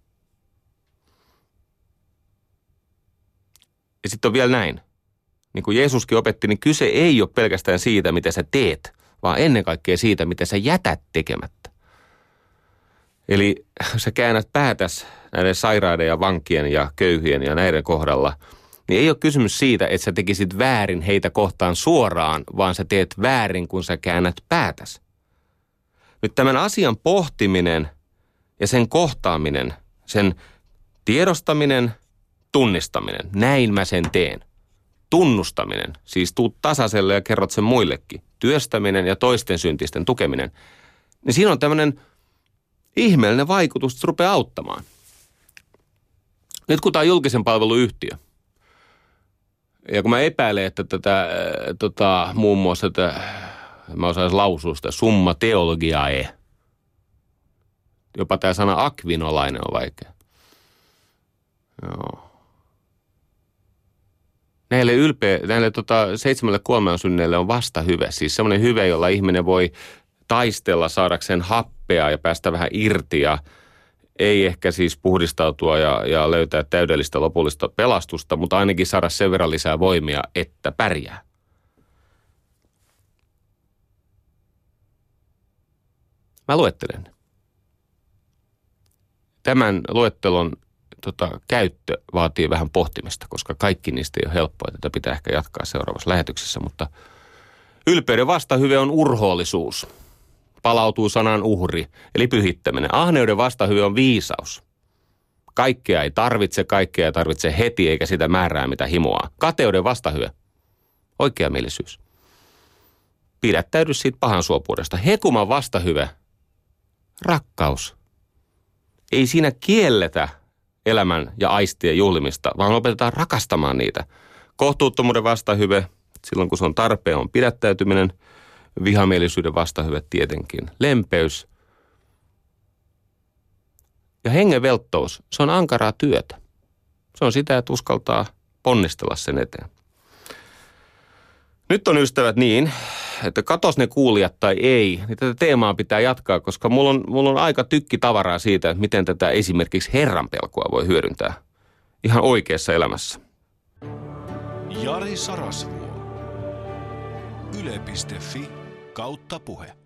Ja sitten on vielä näin. Niin kuin Jeesuskin opetti, niin kyse ei ole pelkästään siitä, mitä sä teet, vaan ennen kaikkea siitä, mitä sä jätät tekemättä. Eli sä käännät päätäs näiden sairaiden ja vankien ja köyhien ja näiden kohdalla, niin ei ole kysymys siitä, että sä tekisit väärin heitä kohtaan suoraan, vaan sä teet väärin, kun sä käännät päätäs. Nyt tämän asian pohtiminen ja sen kohtaaminen, sen tiedostaminen, tunnistaminen, näin mä sen teen. Tunnustaminen, siis tuut tasaiselle ja kerrot sen muillekin. Työstäminen ja toisten syntisten tukeminen. Niin siinä on tämmöinen ihmeellinen vaikutus, että se rupeaa auttamaan. Nyt kun tämä on julkisen palveluyhtiö, Ja kun mä epäilen, että tätä tota, muun muassa tätä, mä osaisin lausua sitä summa theologiae. Jopa tämä sana akvinolainen on vaikea. Joo. Näille, ylpeä, näille tota, seitsemälle kuoleman synneille on vasta hyve. Siis semmoinen hyve, jolla ihminen voi taistella saadakseen happea ja päästä vähän irti ja ei ehkä siis puhdistautua ja, ja löytää täydellistä lopullista pelastusta, mutta ainakin saada sen verran lisää voimia, että pärjää. Mä luettelen. Tämän luettelon tota, käyttö vaatii vähän pohtimista, koska kaikki niistä ei ole helppoa. Tätä pitää ehkä jatkaa seuraavassa lähetyksessä, mutta ylpeyden vastahyve on urhoollisuus. Palautuu sanan uhri, eli pyhittäminen. Ahneuden vastahyve on viisaus. Kaikkea ei tarvitse, kaikkea ei tarvitse heti, eikä sitä määrää, mitä himoaa. Kateuden vastahyve, oikeamielisyys. Pidättäydy siitä pahan suopuudesta. Hekuman vastahyve, rakkaus. Ei siinä kielletä elämän ja aistien juhlimista, vaan opetetaan rakastamaan niitä. Kohtuuttomuuden vastahyve, silloin kun se on tarpeen, on pidättäytyminen. Vihamielisyyden vastahyve tietenkin. Lempeys. Ja hengenvelttous, se on ankaraa työtä. Se on sitä, että uskaltaa ponnistella sen eteen. Nyt on ystävät niin, että katos ne kuulijat tai ei, niin tätä teemaa pitää jatkaa, koska mulla on, mulla on aika tykki tavaraa siitä, että miten tätä esimerkiksi Herran pelkoa voi hyödyntää ihan oikeassa elämässä. Jari Sarasvuo. Yle piste fi kautta puhe.